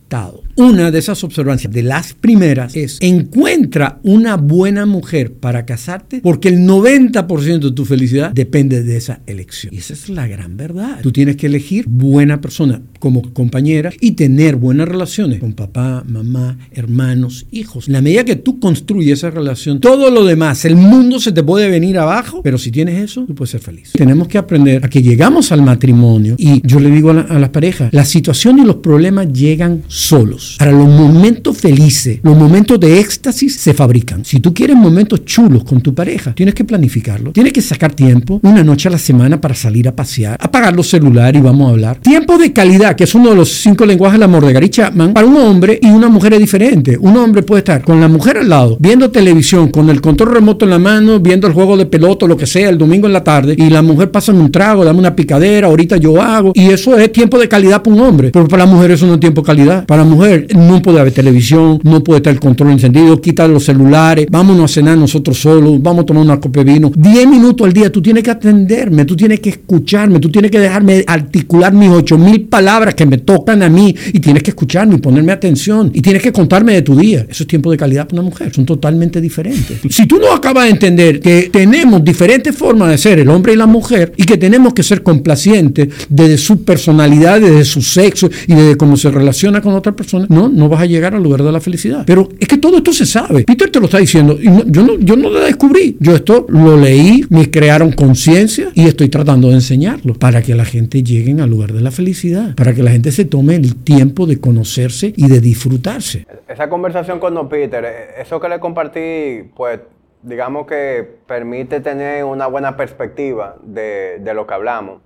estado. Una de esas observancias, de las primeras, es encuentra una buena mujer para casarte porque el 90% de tu felicidad depende de esa elección. Y esa es la gran verdad. Tú tienes que elegir buena persona como compañera y tener buenas relaciones con papá, mamá, hermanos, hijos. En la medida que tú construyes esa relación, todo lo demás, el mundo se te puede venir abajo, pero si tienes eso, tú puedes ser feliz. Tenemos que aprender a que llegamos al matrimonio y yo le digo a las parejas, las situaciones y los problemas llegan solos. Para los momentos felices, los momentos de éxtasis se fabrican. Si tú quieres momentos chulos con tu pareja, tienes que planificarlo. Tienes que sacar tiempo, una noche a la semana para salir a pasear, apagar los celulares y vamos a hablar. Tiempo de calidad, que es uno de los 5 lenguajes del amor de Gary Chapman. Para un hombre y una mujer es diferente. Un hombre puede estar con la mujer al lado, viendo televisión, con el control remoto en la mano, viendo el juego de pelota, lo que sea, el domingo en la tarde, y la mujer pasa un trago, dame una picadera, ahorita yo hago, y eso es tiempo de calidad para un hombre. Pero para la mujer eso no es tiempo de calidad. Para la mujer no puede haber televisión, no puede estar el control encendido, quita los celulares, vámonos a cenar nosotros solos, vamos a tomar una copa de vino. 10 minutos al día, tú tienes que atenderme, tú tienes que escucharme, tú tienes que dejarme articular mis 8,000 palabras que me tocan a mí, y tienes que escucharme y ponerme atención, y tienes que contarme de tu día. Eso es tiempo de calidad para una mujer, son totalmente diferentes. Si tú no acabas de entender que tenemos diferentes formas de ser el hombre y la mujer, y que tenemos que ser complacientes desde su personalidad, desde su sexo y desde cómo se relaciona con otra persona, no vas a llegar al lugar de la felicidad. Pero es que todo esto se sabe. Peter te lo está diciendo, y yo no lo descubrí. Yo esto lo leí, me crearon conciencia y estoy tratando de enseñarlo para que la gente llegue al lugar de la felicidad, para que la gente se tome el tiempo de conocerse y de disfrutarse. Esa conversación con don Peter, eso que le compartí, pues digamos que permite tener una buena perspectiva de lo que hablamos.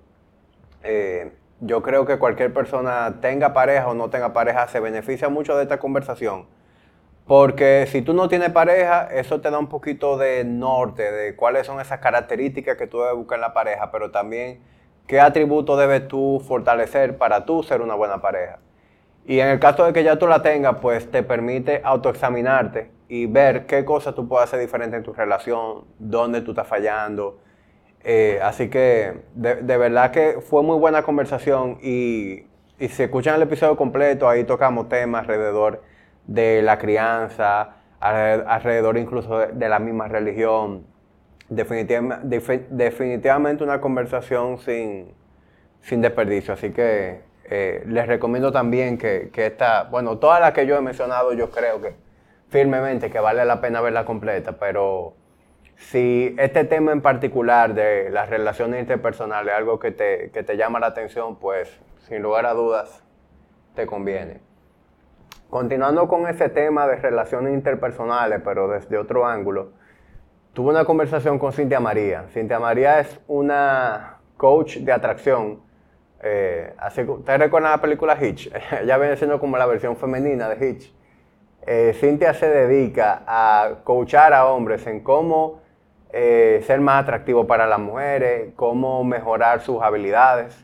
Yo creo que cualquier persona, tenga pareja o no tenga pareja, se beneficia mucho de esta conversación. Porque si tú no tienes pareja, eso te da un poquito de norte de cuáles son esas características que tú debes buscar en la pareja, pero también qué atributos debes tú fortalecer para tú ser una buena pareja. Y en el caso de que ya tú la tengas, pues te permite autoexaminarte y ver qué cosas tú puedes hacer diferente en tu relación, dónde tú estás fallando. Así que de verdad que fue muy buena conversación y si escuchan el episodio completo, ahí tocamos temas alrededor de la crianza, alrededor incluso de la misma religión. Definitivamente una conversación sin desperdicio. Así que les recomiendo también que todas las que yo he mencionado, yo creo que firmemente que vale la pena verla completa, pero si este tema en particular de las relaciones interpersonales es algo que te llama la atención, pues sin lugar a dudas te conviene. Continuando con ese tema de relaciones interpersonales, pero desde otro ángulo, tuve una conversación con Cintia María. Cintia María es una coach de atracción. Así que ustedes recuerdan la película Hitch. Ella viene siendo como la versión femenina de Hitch. Cintia se dedica a coachar a hombres en cómo ser más atractivo para las mujeres, cómo mejorar sus habilidades.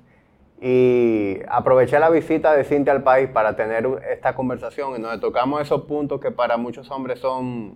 Y aproveché la visita de Cintia al país para tener esta conversación en donde tocamos esos puntos que para muchos hombres son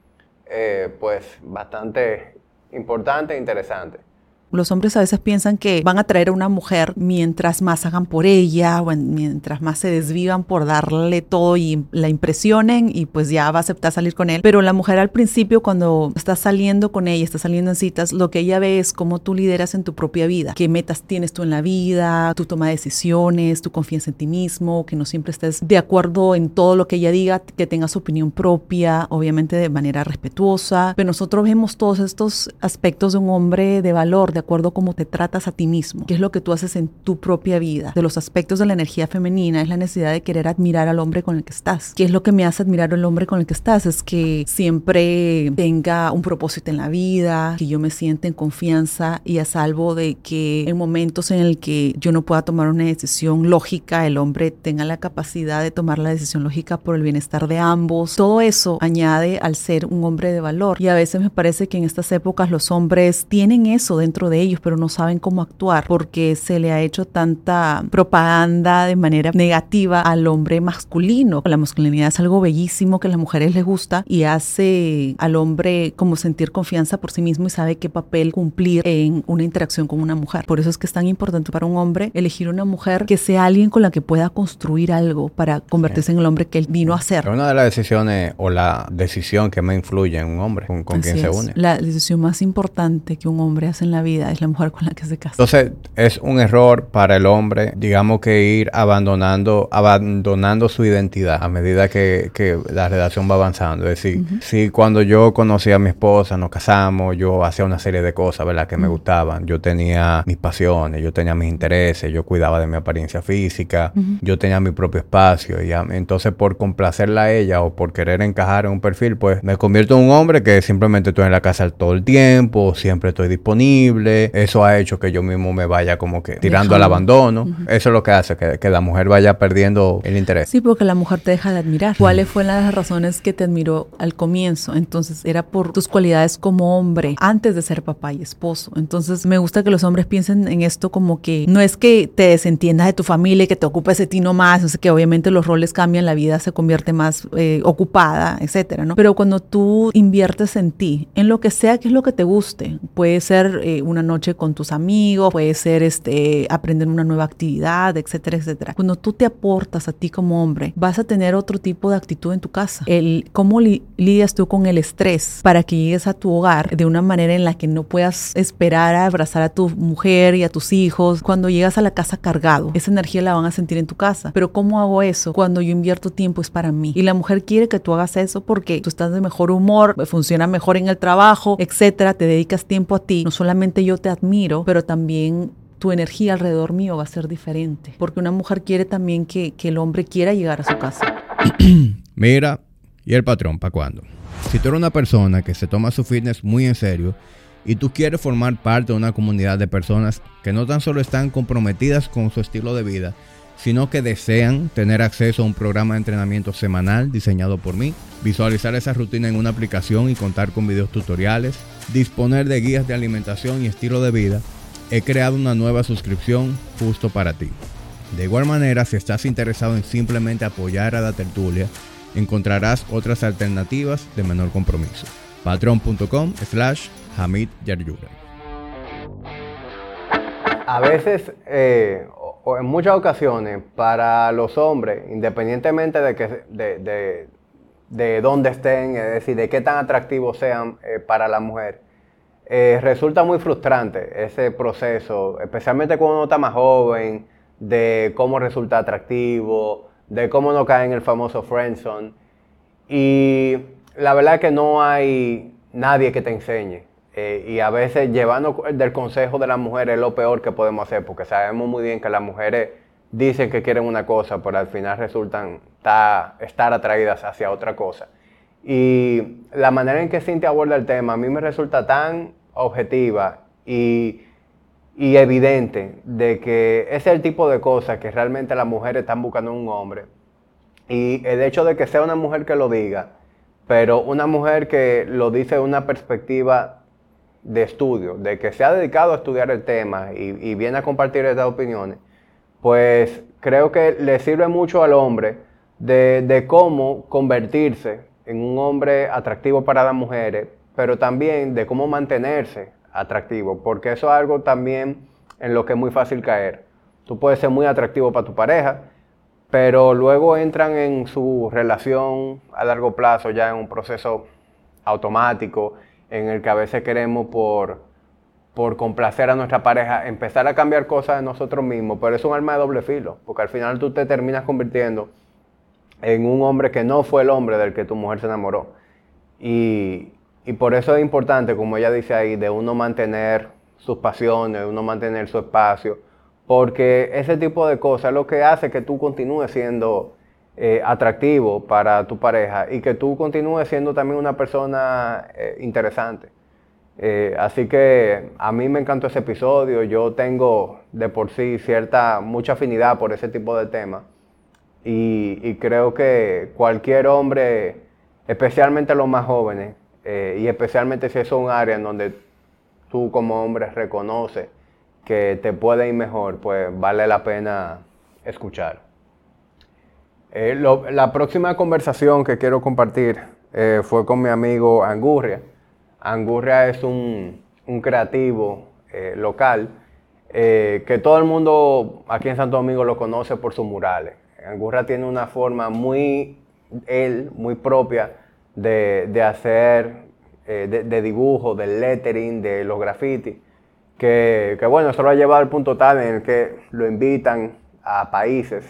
bastante importantes e interesantes. Los hombres a veces piensan que van a atraer a una mujer mientras más hagan por ella o mientras más se desvivan por darle todo y la impresionen y pues ya va a aceptar salir con él. Pero la mujer al principio, cuando estás saliendo con ella, estás saliendo en citas, lo que ella ve es cómo tú lideras en tu propia vida, qué metas tienes tú en la vida, tu toma de decisiones, tu confianza en ti mismo, que no siempre estés de acuerdo en todo lo que ella diga, que tengas opinión propia, obviamente de manera respetuosa. Pero nosotros vemos todos estos aspectos de un hombre de valor, de acuerdo a cómo te tratas a ti mismo, qué es lo que tú haces en tu propia vida. De los aspectos de la energía femenina es la necesidad de querer admirar al hombre con el que estás. ¿Qué es lo que me hace admirar al hombre con el que estás? Es que siempre tenga un propósito en la vida, que yo me sienta en confianza y a salvo de que en momentos en el que yo no pueda tomar una decisión lógica, el hombre tenga la capacidad de tomar la decisión lógica por el bienestar de ambos. Todo eso añade al ser un hombre de valor. Y a veces me parece que en estas épocas los hombres tienen eso dentro dentro de ellos, pero no saben cómo actuar porque se le ha hecho tanta propaganda de manera negativa al hombre masculino. La masculinidad es algo bellísimo que a las mujeres les gusta y hace al hombre como sentir confianza por sí mismo y sabe qué papel cumplir en una interacción con una mujer. Por eso es que es tan importante para un hombre elegir una mujer que sea alguien con la que pueda construir algo para convertirse en el hombre que él vino a ser. Es una de las decisiones o la decisión que más influye en un hombre con quien se une. La decisión más importante que un hombre hace en la vida es la mujer con la que se casa. Entonces, es un error para el hombre, digamos, que ir abandonando su identidad a medida que la relación va avanzando. Es decir, si cuando yo conocí a mi esposa, nos casamos, yo hacía una serie de cosas, ¿verdad?, que me gustaban. Yo tenía mis pasiones, yo tenía mis intereses, yo cuidaba de mi apariencia física, yo tenía mi propio espacio. Y entonces, por complacerla a ella o por querer encajar en un perfil, pues me convierto en un hombre que simplemente estoy en la casa todo el tiempo, siempre estoy disponible. Eso ha hecho que yo mismo me vaya como que tirando al abandono. Eso es lo que hace que la mujer vaya perdiendo el interés. Sí, porque la mujer te deja de admirar. ¿Cuáles fueron las razones que te admiró al comienzo? Entonces, era por tus cualidades como hombre antes de ser papá y esposo. Entonces, me gusta que los hombres piensen en esto como que no es que te desentiendas de tu familia y que te ocupes de ti nomás, o sea, que obviamente los roles cambian, la vida se convierte más ocupada, etcétera, ¿no? Pero cuando tú inviertes en ti, en lo que sea que es lo que te guste, puede ser una noche con tus amigos, puede ser aprender una nueva actividad, etcétera, etcétera. Cuando tú te aportas a ti como hombre, vas a tener otro tipo de actitud en tu casa. ¿Cómo lidias tú con el estrés para que llegues a tu hogar de una manera en la que no puedas esperar a abrazar a tu mujer y a tus hijos? Cuando llegas a la casa cargado, esa energía la van a sentir en tu casa. Pero ¿cómo hago eso? Cuando yo invierto tiempo es para mí. Y la mujer quiere que tú hagas eso porque tú estás de mejor humor, funciona mejor en el trabajo, etcétera, te dedicas tiempo a ti. No solamente yo te admiro, pero también tu energía alrededor mío va a ser diferente. Porque una mujer quiere también que el hombre quiera llegar a su casa. Mira, ¿y el patrón para cuándo? Si tú eres una persona que se toma su fitness muy en serio y tú quieres formar parte de una comunidad de personas que no tan solo están comprometidas con su estilo de vida, sino que desean tener acceso a un programa de entrenamiento semanal diseñado por mí, visualizar esa rutina en una aplicación y contar con videos tutoriales, disponer de guías de alimentación y estilo de vida, he creado una nueva suscripción justo para ti. De igual manera, si estás interesado en simplemente apoyar a la tertulia, encontrarás otras alternativas de menor compromiso. Patreon.com/Hamid Yaryura. A veces, o en muchas ocasiones, para los hombres, independientemente de dónde estén, es decir, de qué tan atractivos sean para la mujer, resulta muy frustrante ese proceso, especialmente cuando uno está más joven, de cómo resulta atractivo, de cómo no cae en el famoso friendzone. Y la verdad es que no hay nadie que te enseñe. Y a veces llevando del consejo de las mujeres es lo peor que podemos hacer, porque sabemos muy bien que las mujeres dicen que quieren una cosa, pero al final resultan estar atraídas hacia otra cosa. Y la manera en que Cintia aborda el tema a mí me resulta tan objetiva y evidente de que ese es el tipo de cosas que realmente las mujeres están buscando en un hombre. Y el hecho de que sea una mujer que lo diga, pero una mujer que lo dice de una perspectiva de estudio, de que se ha dedicado a estudiar el tema y viene a compartir estas opiniones, pues creo que le sirve mucho al hombre de cómo convertirse en un hombre atractivo para las mujeres, pero también de cómo mantenerse atractivo, porque eso es algo también en lo que es muy fácil caer. Tú puedes ser muy atractivo para tu pareja, pero luego entran en su relación a largo plazo ya en un proceso automático en el que a veces queremos por complacer a nuestra pareja empezar a cambiar cosas de nosotros mismos, pero es un arma de doble filo, porque al final tú te terminas convirtiendo en un hombre que no fue el hombre del que tu mujer se enamoró. Y por eso es importante, como ella dice ahí, de uno mantener sus pasiones, de uno mantener su espacio, porque ese tipo de cosas es lo que hace que tú continúes siendo atractivo para tu pareja y que tú continúes siendo también una persona interesante. Así que a mí me encantó ese episodio. Yo tengo de por sí mucha afinidad por ese tipo de temas y creo que cualquier hombre, especialmente los más jóvenes, y especialmente si es un área en donde tú como hombre reconoces que te puede ir mejor, pues vale la pena escuchar. La próxima conversación que quiero compartir fue con mi amigo Angurria. Angurria es un creativo local que todo el mundo aquí en Santo Domingo lo conoce por sus murales. Angurria tiene una forma muy propia de hacer, de dibujo, del lettering, de los grafitis, que bueno, eso lo ha llevado al punto tal en el que lo invitan a países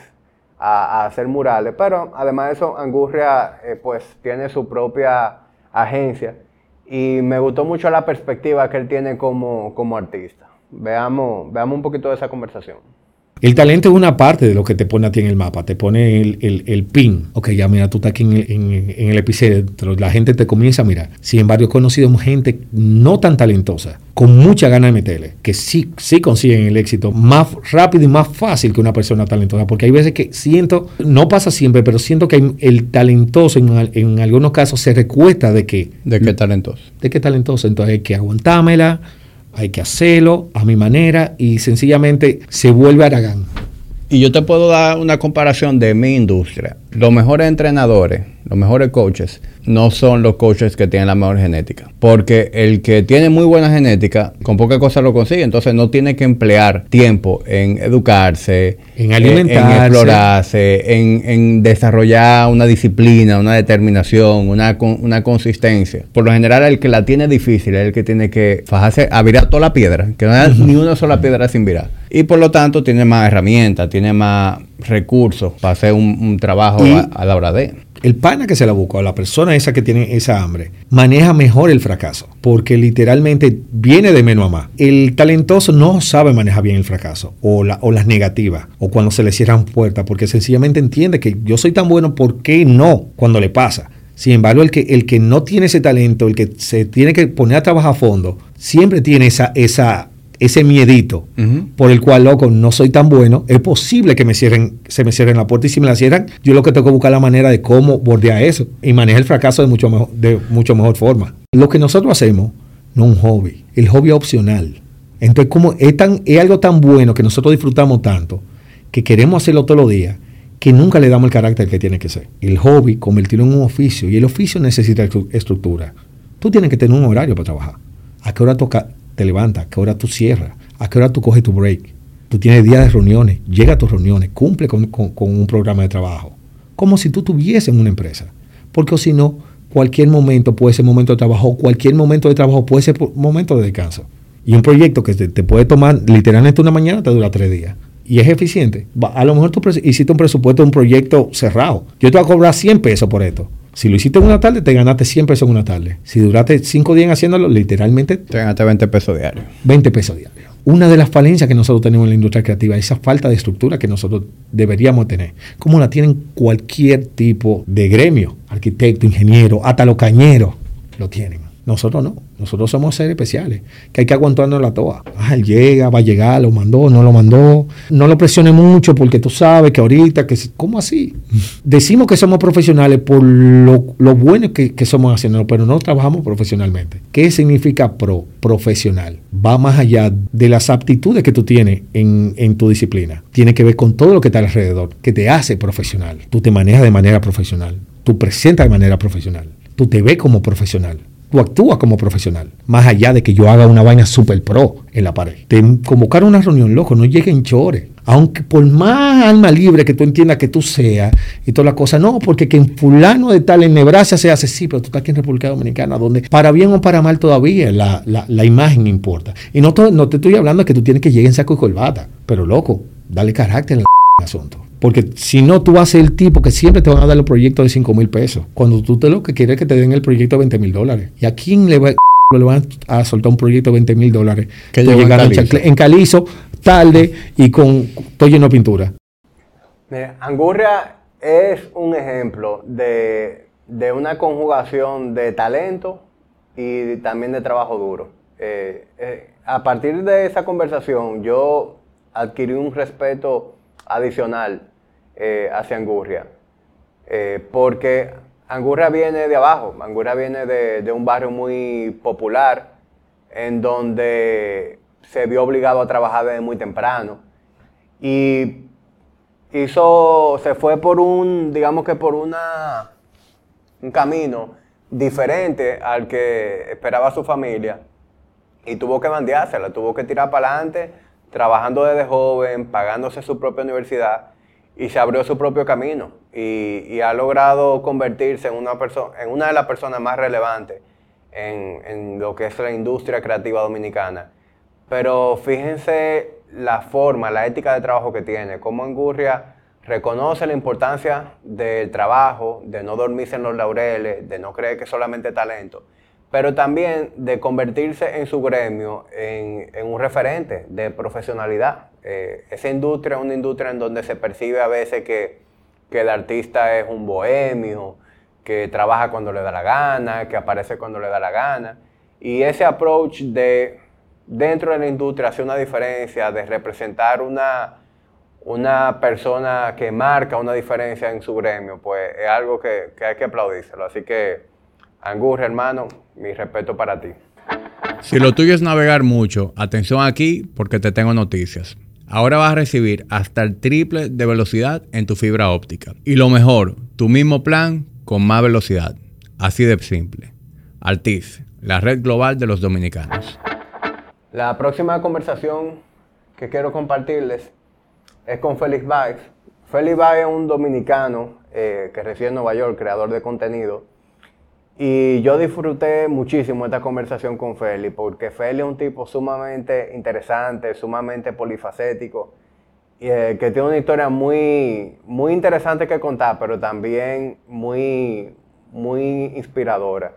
a hacer murales, pero además de eso, Angurria pues tiene su propia agencia y me gustó mucho la perspectiva que él tiene como artista. Veamos un poquito de esa conversación. El talento es una parte de lo que te pone a ti en el mapa, te pone el pin. Ok, ya mira, tú estás aquí en el epicentro, la gente te comienza a mirar. Sin embargo, he conocido gente no tan talentosa, con mucha ganas de meterle, que sí consiguen el éxito más rápido y más fácil que una persona talentosa, porque hay veces que siento, no pasa siempre, pero siento que el talentoso en algunos casos se recuesta de que... ¿De qué talentoso? De qué talentoso, entonces hay que aguantármela, hay que hacerlo a mi manera y sencillamente se vuelve Aragán. Y yo te puedo dar una comparación de mi industria. Los mejores entrenadores, los mejores coaches, no son los coaches que tienen la mejor genética. Porque el que tiene muy buena genética, con poca cosa lo consigue. Entonces no tiene que emplear tiempo en educarse, en alimentarse, en explorarse, en desarrollar una disciplina, una determinación, una consistencia. Por lo general, el que la tiene difícil es el que tiene que fajarse a virar toda la piedra. Que no hay ni una sola piedra sin virar. Y por lo tanto tiene más herramientas, tiene más recursos para hacer un trabajo a la hora de... El pana que se la busca, la persona esa que tiene esa hambre, maneja mejor el fracaso, porque literalmente viene de menos a más. El talentoso no sabe manejar bien el fracaso, o las negativas, o cuando se le cierran puertas, porque sencillamente entiende que yo soy tan bueno, ¿por qué no? Cuando le pasa. Sin embargo, el que no tiene ese talento, el que se tiene que poner a trabajar a fondo, siempre tiene ese miedito por el cual, loco, no soy tan bueno, es posible que se me cierren la puerta, y si me la cierran, yo lo que tengo que buscar la manera de cómo bordear eso y manejar el fracaso de mucho mejor forma. Lo que nosotros hacemos no es un hobby, el hobby es opcional. Entonces, como es algo tan bueno que nosotros disfrutamos tanto, que queremos hacerlo todos los días, que nunca le damos el carácter que tiene que ser. El hobby, convertirlo en un oficio, y el oficio necesita estructura. Tú tienes que tener un horario para trabajar. ¿A qué hora te levantas? ¿A qué hora tú cierras? ¿A qué hora tú coges tu break? Tú tienes días de reuniones, llega a tus reuniones, cumple con un programa de trabajo, como si tú tuvieses una empresa. Porque si no, cualquier momento puede ser momento de trabajo, cualquier momento de trabajo puede ser momento de descanso. Y un proyecto que te puede tomar literalmente una mañana te dura 3 días. Y es eficiente. A lo mejor tú hiciste un presupuesto de un proyecto cerrado. Yo te voy a cobrar 100 pesos por esto. Si lo hiciste en una tarde, te ganaste 100 pesos en una tarde. Si duraste 5 días haciéndolo, literalmente... Te ganaste 20 pesos diarios. 20 pesos diarios. Una de las falencias que nosotros tenemos en la industria creativa es esa falta de estructura que nosotros deberíamos tener. Como la tienen cualquier tipo de gremio. Arquitecto, ingeniero, hasta los cañeros lo tienen. Nosotros no. Nosotros somos seres especiales, que hay que aguantarnos la toa. Él llega, va a llegar, lo mandó, no lo mandó. No lo presione mucho porque tú sabes que ahorita, ¿cómo así? Decimos que somos profesionales por lo bueno que somos haciéndolo, pero no trabajamos profesionalmente. ¿Qué significa profesional? Va más allá de las aptitudes que tú tienes en tu disciplina. Tiene que ver con todo lo que está alrededor, que te hace profesional. Tú te manejas de manera profesional. Tú presentas de manera profesional. Tú te ves como profesional. Tú actúas como profesional, más allá de que yo haga una vaina super pro en la pared. Te convocar a una reunión, loco, no lleguen chores. Aunque por más alma libre que tú entiendas que tú seas y toda la cosa, no, porque que en fulano de tal, en Nebraska se hace, sí, pero tú estás aquí en República Dominicana, donde para bien o para mal todavía la imagen importa. Y no te estoy hablando de que tú tienes que llegar en saco y corbata, pero loco, dale carácter al asunto. Porque si no, tú vas a ser el tipo que siempre te van a dar los proyectos de 5,000 pesos. Cuando tú lo que quieres es que te den el proyecto de $20,000. ¿Y a quién le van a soltar un proyecto de $20,000? Que llegaron en calizo, tarde y con todo lleno de pintura. Angurria es un ejemplo de una conjugación de talento y también de trabajo duro. A partir de esa conversación, yo adquirí un respeto adicional hacia Angurria, porque Angurria viene de abajo. Angurria viene de un barrio muy popular, en donde se vio obligado a trabajar desde muy temprano. Y se fue por un camino diferente al que esperaba su familia y tuvo que bandeársela, tuvo que tirar para adelante, trabajando desde joven, pagándose su propia universidad y se abrió su propio camino y ha logrado convertirse en una de las personas más relevantes en lo que es la industria creativa dominicana. Pero fíjense la forma, la ética de trabajo que tiene, cómo Angurria reconoce la importancia del trabajo, de no dormirse en los laureles, de no creer que es solamente talento, pero también de convertirse en su gremio en un referente de profesionalidad. Esa industria es una industria en donde se percibe a veces que el artista es un bohemio, que trabaja cuando le da la gana, que aparece cuando le da la gana. Y ese approach de dentro de la industria hace una diferencia, de representar una persona que marca una diferencia en su gremio, pues es algo que hay que aplaudírselo. Así que, Angurria, hermano, mi respeto para ti. Si lo tuyo es navegar mucho, atención aquí porque te tengo noticias. Ahora vas a recibir hasta el triple de velocidad en tu fibra óptica. Y lo mejor, tu mismo plan con más velocidad. Así de simple. Altiz, la red global de los dominicanos. La próxima conversación que quiero compartirles es con Félix Báez. Félix Báez es un dominicano que reside en Nueva York, creador de contenido. Y yo disfruté muchísimo esta conversación con Félix, porque Félix es un tipo sumamente interesante, sumamente polifacético, que tiene una historia muy, muy interesante que contar, pero también muy, muy inspiradora.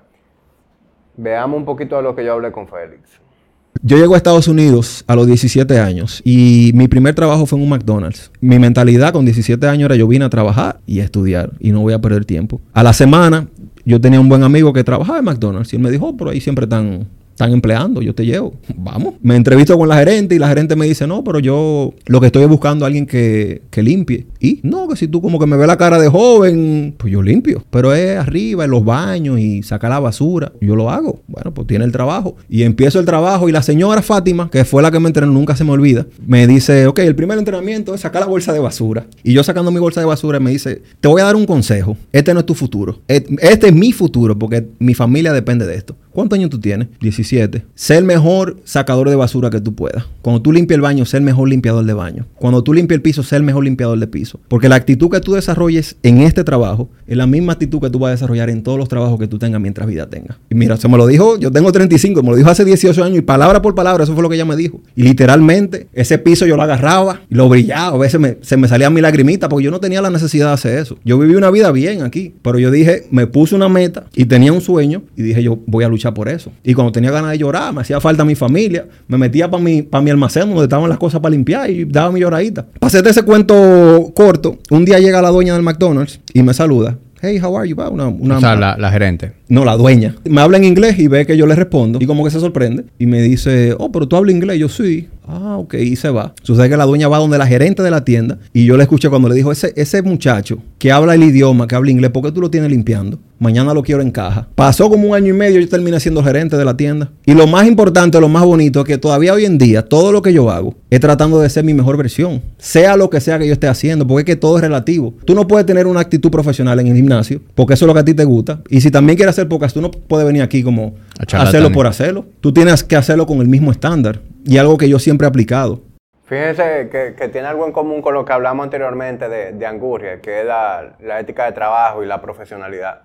Veamos un poquito de lo que yo hablé con Félix. Yo llego a Estados Unidos a los 17 años y mi primer trabajo fue en un McDonald's. Mi mentalidad con 17 años era yo vine a trabajar y a estudiar y no voy a perder tiempo. A la semana yo tenía un buen amigo que trabajaba en McDonald's y él me dijo, pero ahí siempre están empleando, yo te llevo. Vamos. Me entrevisto con la gerente y la gerente me dice, no, pero yo lo que estoy es buscando a alguien que limpie. Y no, que si tú como que me ves la cara de joven, pues yo limpio. Pero es arriba, en los baños y sacar la basura. Yo lo hago. Bueno, pues tiene el trabajo. Y empiezo el trabajo y la señora Fátima, que fue la que me entrenó, nunca se me olvida, me dice, ok, el primer entrenamiento es sacar la bolsa de basura. Y yo sacando mi bolsa de basura me dice, te voy a dar un consejo. Este no es tu futuro. Este es mi futuro porque mi familia depende de esto. ¿Cuántos años tú tienes? 17. Sé el mejor sacador de basura que tú puedas. Cuando tú limpias el baño, sé el mejor limpiador de baño. Cuando tú limpias el piso, sé el mejor limpiador de piso. Porque la actitud que tú desarrolles en este trabajo es la misma actitud que tú vas a desarrollar en todos los trabajos que tú tengas mientras vida tengas. Y mira, se me lo dijo, yo tengo 35, me lo dijo hace 18 años y palabra por palabra, eso fue lo que ella me dijo. Y literalmente, ese piso yo lo agarraba y lo brillaba. A veces se me salían mis lagrimitas porque yo no tenía la necesidad de hacer eso. Yo viví una vida bien aquí, pero yo dije, me puse una meta y tenía un sueño y dije, yo voy a luchar por eso. Y cuando tenía ganas de llorar, me hacía falta mi familia, me metía para mi almacén donde estaban las cosas para limpiar y daba mi lloradita. Para hacerte ese cuento corto, un día llega la dueña del McDonald's y me saluda. Hey, how are you? O sea, la gerente. No, la dueña. Me habla en inglés y ve que yo le respondo y como que se sorprende y me dice, oh, pero tú hablas inglés. Yo sí. Ah, ok, y se va. Sucede que la dueña va donde la gerente de la tienda y yo le escuché cuando le dijo, ese muchacho que habla el idioma, que habla inglés, ¿por qué tú lo tienes limpiando? Mañana lo quiero en caja. Pasó como 1 año y medio y yo terminé siendo gerente de la tienda. Y lo más importante, lo más bonito es que todavía hoy en día, todo lo que yo hago es tratando de ser mi mejor versión. Sea lo que sea que yo esté haciendo, porque es que todo es relativo. Tú no puedes tener una actitud profesional en el gimnasio, porque eso es lo que a ti te gusta. Y si también quieres hacer podcast, tú no puedes venir aquí como a hacerlo por hacerlo. Tú tienes que hacerlo con el mismo estándar. Y algo que yo siempre he aplicado. Fíjense que tiene algo en común con lo que hablamos anteriormente de Angurria, que es la ética de trabajo y la profesionalidad.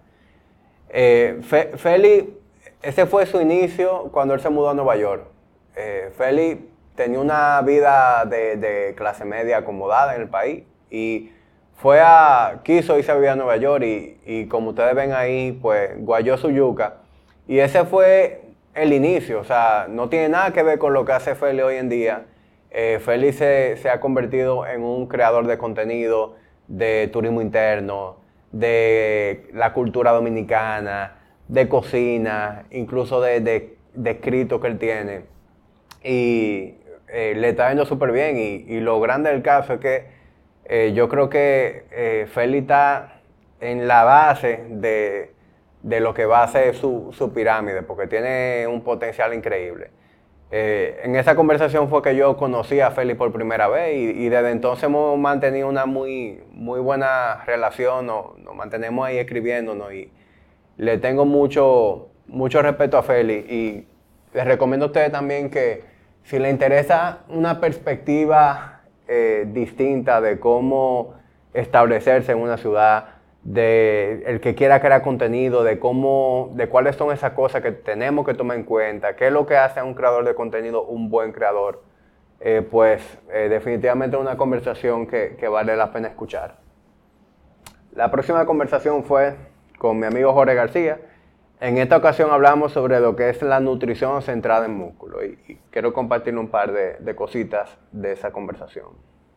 Félix, ese fue su inicio cuando él se mudó a Nueva York. Félix tenía una vida de clase media acomodada en el país y quiso irse a vivir a Nueva York y como ustedes ven ahí, pues guayó su yuca. Y ese fue el inicio, o sea, no tiene nada que ver con lo que hace Félix hoy en día. Félix se ha convertido en un creador de contenido, de turismo interno, de la cultura dominicana, de cocina, incluso de escritos que él tiene. Y le está yendo súper bien. Y lo grande del caso es que yo creo que Félix está en la base de lo que va a ser su pirámide, porque tiene un potencial increíble. En esa conversación fue que yo conocí a Félix por primera vez y desde entonces hemos mantenido una muy buena relación, nos mantenemos ahí escribiéndonos y le tengo mucho respeto a Félix y les recomiendo a ustedes también que si les interesa una perspectiva distinta de cómo establecerse en una ciudad, de el que quiera crear contenido, de cuáles son esas cosas que tenemos que tomar en cuenta, qué es lo que hace a un creador de contenido un buen creador, definitivamente es una conversación que vale la pena escuchar. La próxima conversación fue con mi amigo Jorge García. En esta ocasión hablamos sobre lo que es la nutrición centrada en músculo y quiero compartir un par de cositas de esa conversación.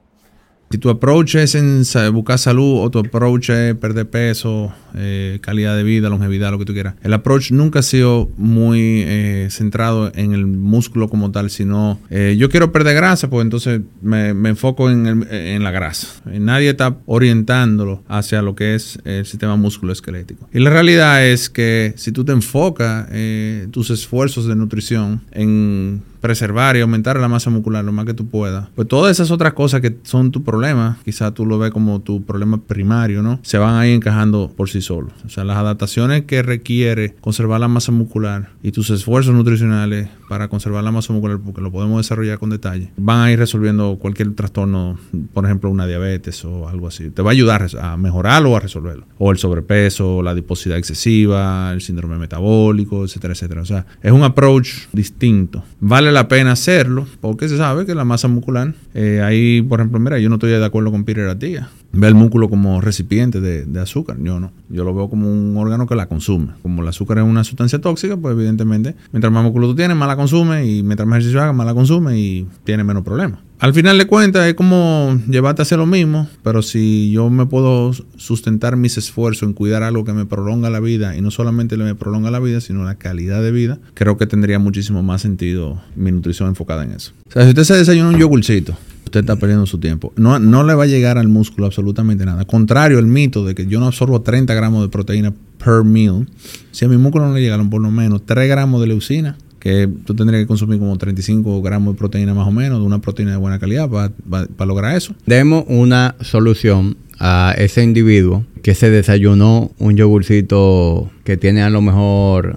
Si tu approach es en buscar salud o tu approach es perder peso, calidad de vida, longevidad, lo que tú quieras. El approach nunca ha sido muy centrado en el músculo como tal, sino yo quiero perder grasa, pues entonces me enfoco en la grasa. Nadie está orientándolo hacia lo que es el sistema musculoesquelético. Y la realidad es que si tú te enfocas tus esfuerzos de nutrición en preservar y aumentar la masa muscular lo más que tú puedas, pues todas esas otras cosas que son tu problema, quizás tú lo ves como tu problema primario, ¿no? Se van ahí encajando por sí solos. O sea, las adaptaciones que requiere conservar la masa muscular y tus esfuerzos nutricionales para conservar la masa muscular, porque lo podemos desarrollar con detalle, van a ir resolviendo cualquier trastorno, por ejemplo, una diabetes o algo así. Te va a ayudar a mejorarlo o a resolverlo. O el sobrepeso, la adiposidad excesiva, el síndrome metabólico, etcétera, etcétera. O sea, es un approach distinto. Vale la pena hacerlo porque se sabe que la masa muscular, ahí, por ejemplo, mira, yo no estoy de acuerdo con Peter Attia. Ve el músculo como recipiente de azúcar. Yo no. Yo lo veo como un órgano que la consume. Como el azúcar es una sustancia tóxica, pues evidentemente, mientras más músculo tú tienes, más la consume, y mientras más ejercicio hagas, más la consume y tiene menos problemas. Al final de cuentas es como llevarte a hacer lo mismo, pero si yo me puedo sustentar mis esfuerzos en cuidar algo que me prolonga la vida, y no solamente me prolonga la vida, sino la calidad de vida, creo que tendría muchísimo más sentido mi nutrición enfocada en eso. O sea, si usted se desayuna un yogurcito, usted está perdiendo su tiempo. No le va a llegar al músculo absolutamente nada. Contrario al mito de que yo no absorbo 30 gramos de proteína per meal, si a mi músculo no le llegaron por lo menos 3 gramos de leucina, que tú tendrías que consumir como 35 gramos de proteína más o menos, de una proteína de buena calidad para lograr eso. Demos una solución a ese individuo que se desayunó un yogurcito que tiene a lo mejor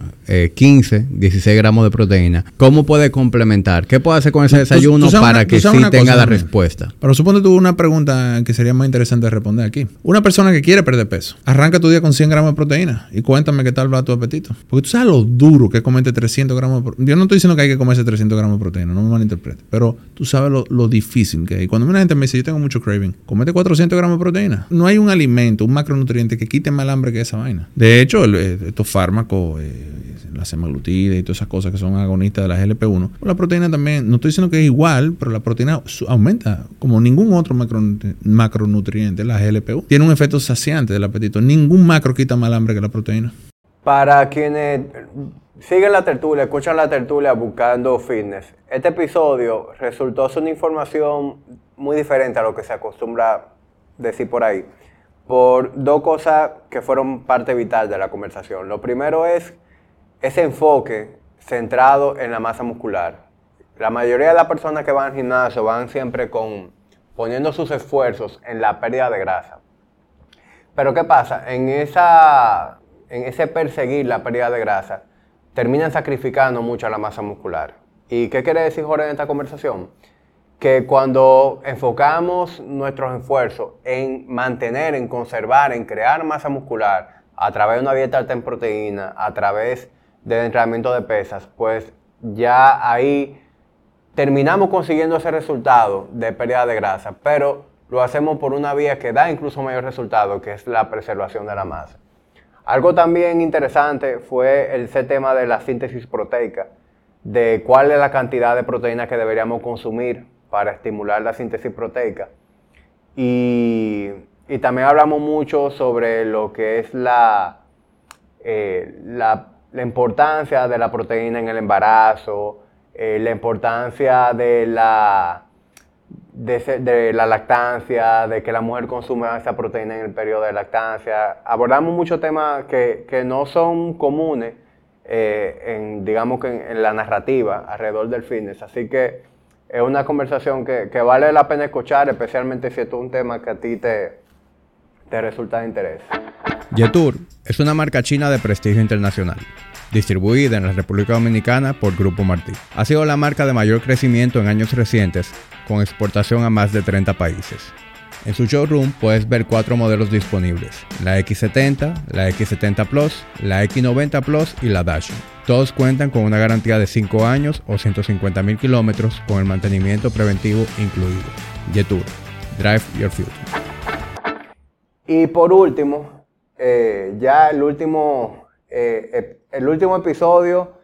15, 16 gramos de proteína. ¿Cómo puede complementar? ¿Qué puede hacer con ese desayuno para que sí tenga la respuesta? Pero suponte tú una pregunta que sería más interesante de responder aquí. Una persona que quiere perder peso, arranca tu día con 100 gramos de proteína y cuéntame qué tal va tu apetito. Porque tú sabes lo duro que es comerte 300 gramos de proteína. Yo no estoy diciendo que hay que comerse 300 gramos de proteína, no me malinterprete. Pero tú sabes lo difícil que es. Y cuando una gente me dice, yo tengo mucho craving, comete 400 gramos de proteína. No hay un alimento, un macronutriente que quite más el hambre que esa vaina. De hecho, estos fármacos, la semaglutida y todas esas cosas que son agonistas de la GLP-1, la proteína también, no estoy diciendo que es igual, pero la proteína aumenta como ningún otro macronutriente. La GLP-1 tiene un efecto saciante del apetito. Ningún macro quita más el hambre que la proteína. Para quienes siguen la tertulia, escuchan la tertulia buscando fitness, este episodio resultó ser una información muy diferente a lo que se acostumbra decir por ahí, por dos cosas que fueron parte vital de la conversación. Lo primero es ese enfoque centrado en la masa muscular. La mayoría de las personas que van al gimnasio van siempre poniendo sus esfuerzos en la pérdida de grasa. Pero ¿qué pasa? En ese perseguir la pérdida de grasa, terminan sacrificando mucho a la masa muscular. ¿Y qué quiere decir Jorge en esta conversación? Que cuando enfocamos nuestros esfuerzos en mantener, en conservar, en crear masa muscular a través de una dieta alta en proteína, a través del entrenamiento de pesas, pues ya ahí terminamos consiguiendo ese resultado de pérdida de grasa, pero lo hacemos por una vía que da incluso mayor resultado, que es la preservación de la masa. Algo también interesante fue ese tema de la síntesis proteica, de cuál es la cantidad de proteína que deberíamos consumir para estimular la síntesis proteica. Y también hablamos mucho sobre lo que es la importancia de la proteína en el embarazo, la importancia de de la lactancia, de que la mujer consume esa proteína en el periodo de lactancia. Abordamos muchos temas que no son comunes digamos que en la narrativa alrededor del fitness. Así que es una conversación que vale la pena escuchar, especialmente si esto es un tema que a ti te resulta de interés. Yetur es una marca china de prestigio internacional, distribuida en la República Dominicana por Grupo Martí. Ha sido la marca de mayor crecimiento en años recientes, con exportación a más de 30 países. En su showroom puedes ver 4 modelos disponibles: la X70, la X70 Plus, la X90 Plus y la Dashing. Todos cuentan con una garantía de 5 años o 150,000 kilómetros con el mantenimiento preventivo incluido. Yetur, drive your future. Y por último, ya el último episodio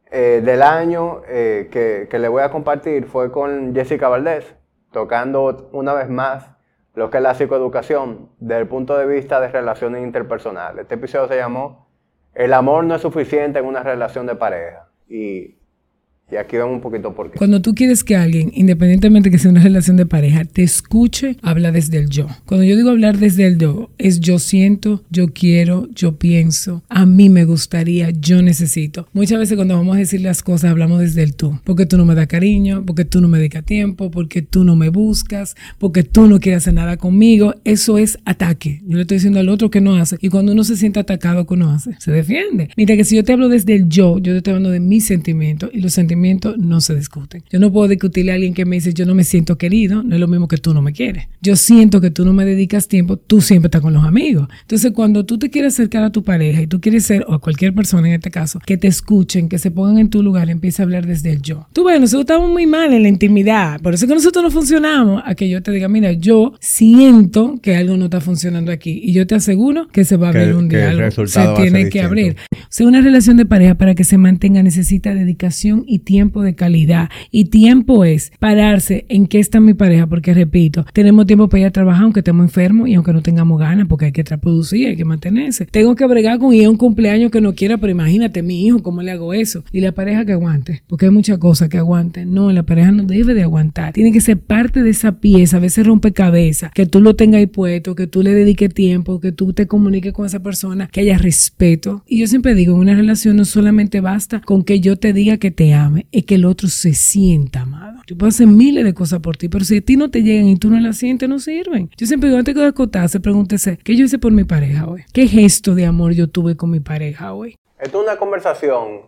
del año que le voy a compartir fue con Jessica Valdés, tocando una vez más lo que es la psicoeducación desde el punto de vista de relaciones interpersonales. Este episodio se llamó El amor no es suficiente en una relación de pareja. Y aquí vemos un poquito por qué. Cuando tú quieres que alguien, independientemente que sea una relación de pareja, te escuche, habla desde el yo. Cuando yo digo hablar desde el yo, es yo siento, yo quiero, yo pienso, a mí me gustaría, yo necesito. Muchas veces cuando vamos a decir las cosas hablamos desde el tú. Porque tú no me das cariño, porque tú no me dedicas tiempo, porque tú no me buscas, porque tú no quieres hacer nada conmigo. Eso es ataque. Yo le estoy diciendo al otro que no hace. Y cuando uno se siente atacado, ¿qué uno hace? Se defiende. Mira que si yo te hablo desde el yo te estoy hablando de mis sentimientos, y los sentimientos no se discuten. Yo no puedo discutirle a alguien que me dice yo no me siento querido, no es lo mismo que tú no me quieres. Yo siento que tú no me dedicas tiempo, tú siempre estás con los amigos. Entonces cuando tú te quieres acercar a tu pareja y tú quieres ser, o a cualquier persona en este caso, que te escuchen, que se pongan en tu lugar, empieza a hablar desde el yo. Tú ves, nosotros estamos muy mal en la intimidad, por eso es que nosotros no funcionamos, a que yo te diga, mira, yo siento que algo no está funcionando aquí y yo te aseguro que se va a abrir un diálogo, se tiene que abrir. O sea, una relación de pareja para que se mantenga necesita dedicación y tiempo de calidad. Y tiempo es pararse en qué está mi pareja, porque repito, tenemos tiempo para ir a trabajar aunque estemos enfermos y aunque no tengamos ganas, porque hay que producir, hay que mantenerse. Tengo que bregar con ir a un cumpleaños que no quiera, pero imagínate, mi hijo, ¿cómo le hago eso? Y la pareja que aguante, porque hay muchas cosas que aguanten. No, la pareja no debe de aguantar. Tiene que ser parte de esa pieza, a veces rompecabezas, que tú lo tengas ahí puesto, que tú le dediques tiempo, que tú te comuniques con esa persona, que haya respeto. Y yo siempre digo, en una relación no solamente basta con que yo te diga que te ame, es que el otro se sienta amado. Yo puedo hacer miles de cosas por ti, pero si a ti no te llegan y tú no las sientes, no sirven. Yo siempre digo, antes de acotarse, pregúntese, ¿qué yo hice por mi pareja hoy? ¿Qué gesto de amor yo tuve con mi pareja hoy? Esto es una conversación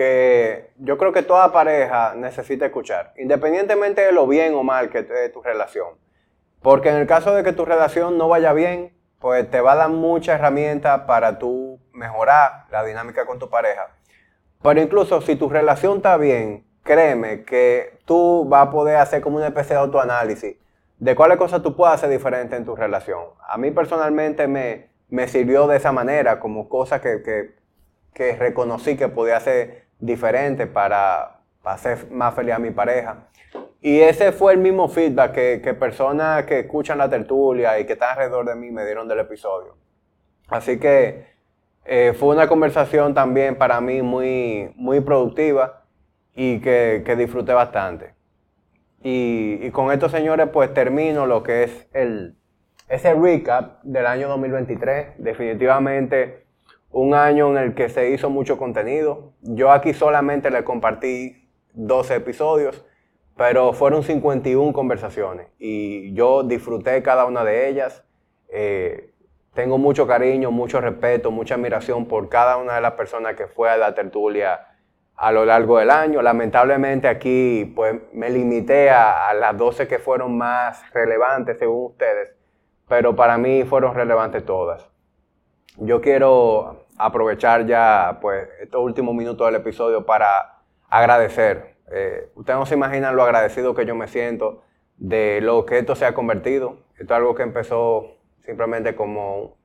que yo creo que toda pareja necesita escuchar, independientemente de lo bien o mal que esté tu relación. Porque en el caso de que tu relación no vaya bien, pues te va a dar muchas herramientas para tú mejorar la dinámica con tu pareja. Pero incluso si tu relación está bien, créeme que tú vas a poder hacer como una especie de autoanálisis de cuáles cosas tú puedes hacer diferente en tu relación. A mí personalmente me sirvió de esa manera, como cosas que reconocí que podía hacer diferente para hacer más feliz a mi pareja. Y ese fue el mismo feedback que personas que escuchan la tertulia y que están alrededor de mí me dieron del episodio. Así que fue una conversación también para mí muy, muy productiva y que disfruté bastante. Y con esto, señores, pues termino lo que es ese recap del año 2023. Definitivamente un año en el que se hizo mucho contenido. Yo aquí solamente le compartí 12 episodios, pero fueron 51 conversaciones y yo disfruté cada una de ellas. Tengo mucho cariño, mucho respeto, mucha admiración por cada una de las personas que fue a la tertulia a lo largo del año. Lamentablemente aquí pues me limité a las 12 que fueron más relevantes según ustedes, pero para mí fueron relevantes todas. Yo quiero aprovechar ya pues estos últimos minutos del episodio para agradecer. Ustedes no se imaginan lo agradecido que yo me siento de lo que esto se ha convertido. Esto es algo que empezó simplemente como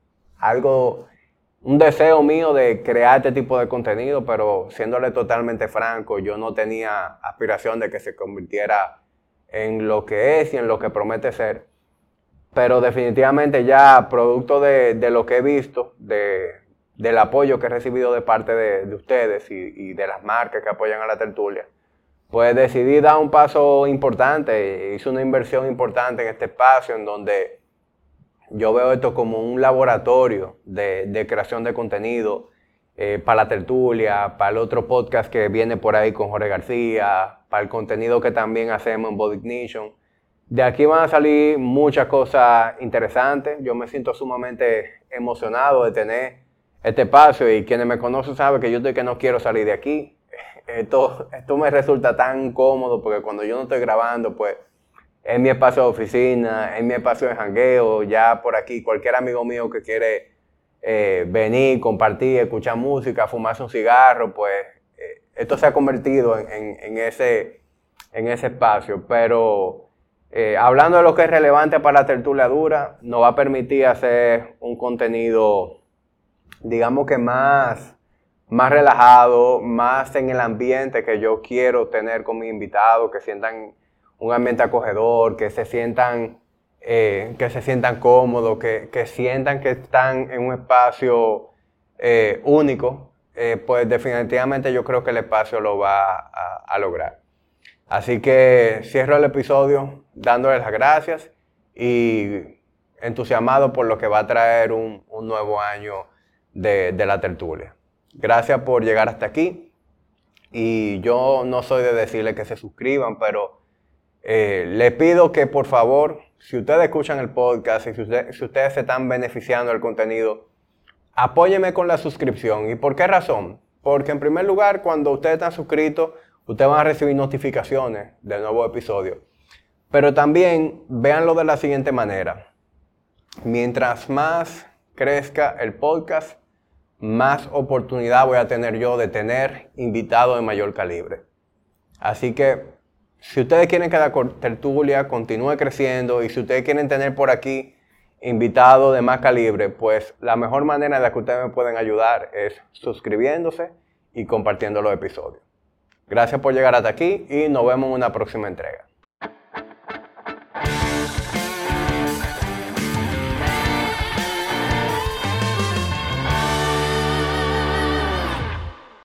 un deseo mío de crear este tipo de contenido, pero siéndole totalmente franco, yo no tenía aspiración de que se convirtiera en lo que es y en lo que promete ser. Pero definitivamente ya producto de lo que he visto, del apoyo que he recibido de parte de ustedes y de las marcas que apoyan a la tertulia, pues decidí dar un paso importante. Hice una inversión importante en este espacio en donde yo veo esto como un laboratorio de creación de contenido para la tertulia, para el otro podcast que viene por ahí con Jorge García, para el contenido que también hacemos en Body Ignition. De aquí van a salir muchas cosas interesantes. Yo me siento sumamente emocionado de tener este espacio y quienes me conocen saben que yo estoy que no quiero salir de aquí. Esto me resulta tan cómodo porque cuando yo no estoy grabando, pues es mi espacio de oficina, es mi espacio de jangueo. Ya por aquí cualquier amigo mío que quiere venir, compartir, escuchar música, fumarse un cigarro, pues esto se ha convertido en ese espacio. Pero hablando de lo que es relevante para la tertulia dura, nos va a permitir hacer un contenido, digamos que más relajado, más en el ambiente que yo quiero tener con mis invitados, que sientan un ambiente acogedor, que se sientan cómodos, que sientan que están en un espacio único, pues definitivamente yo creo que el espacio lo va a lograr. Así que cierro el episodio dándoles las gracias y entusiasmado por lo que va a traer un nuevo año de la tertulia. Gracias por llegar hasta aquí y yo no soy de decirles que se suscriban, pero les pido que por favor, si ustedes escuchan el podcast y si ustedes se están beneficiando del contenido, apóyenme con la suscripción. ¿Y por qué razón? Porque en primer lugar, cuando ustedes están suscritos, ustedes van a recibir notificaciones de nuevos episodios. Pero también véanlo de la siguiente manera. Mientras más crezca el podcast, más oportunidad voy a tener yo de tener invitados de mayor calibre. Así que, si ustedes quieren que la tertulia continúe creciendo y si ustedes quieren tener por aquí invitados de más calibre, pues la mejor manera de que ustedes me pueden ayudar es suscribiéndose y compartiendo los episodios. Gracias por llegar hasta aquí y nos vemos en una próxima entrega.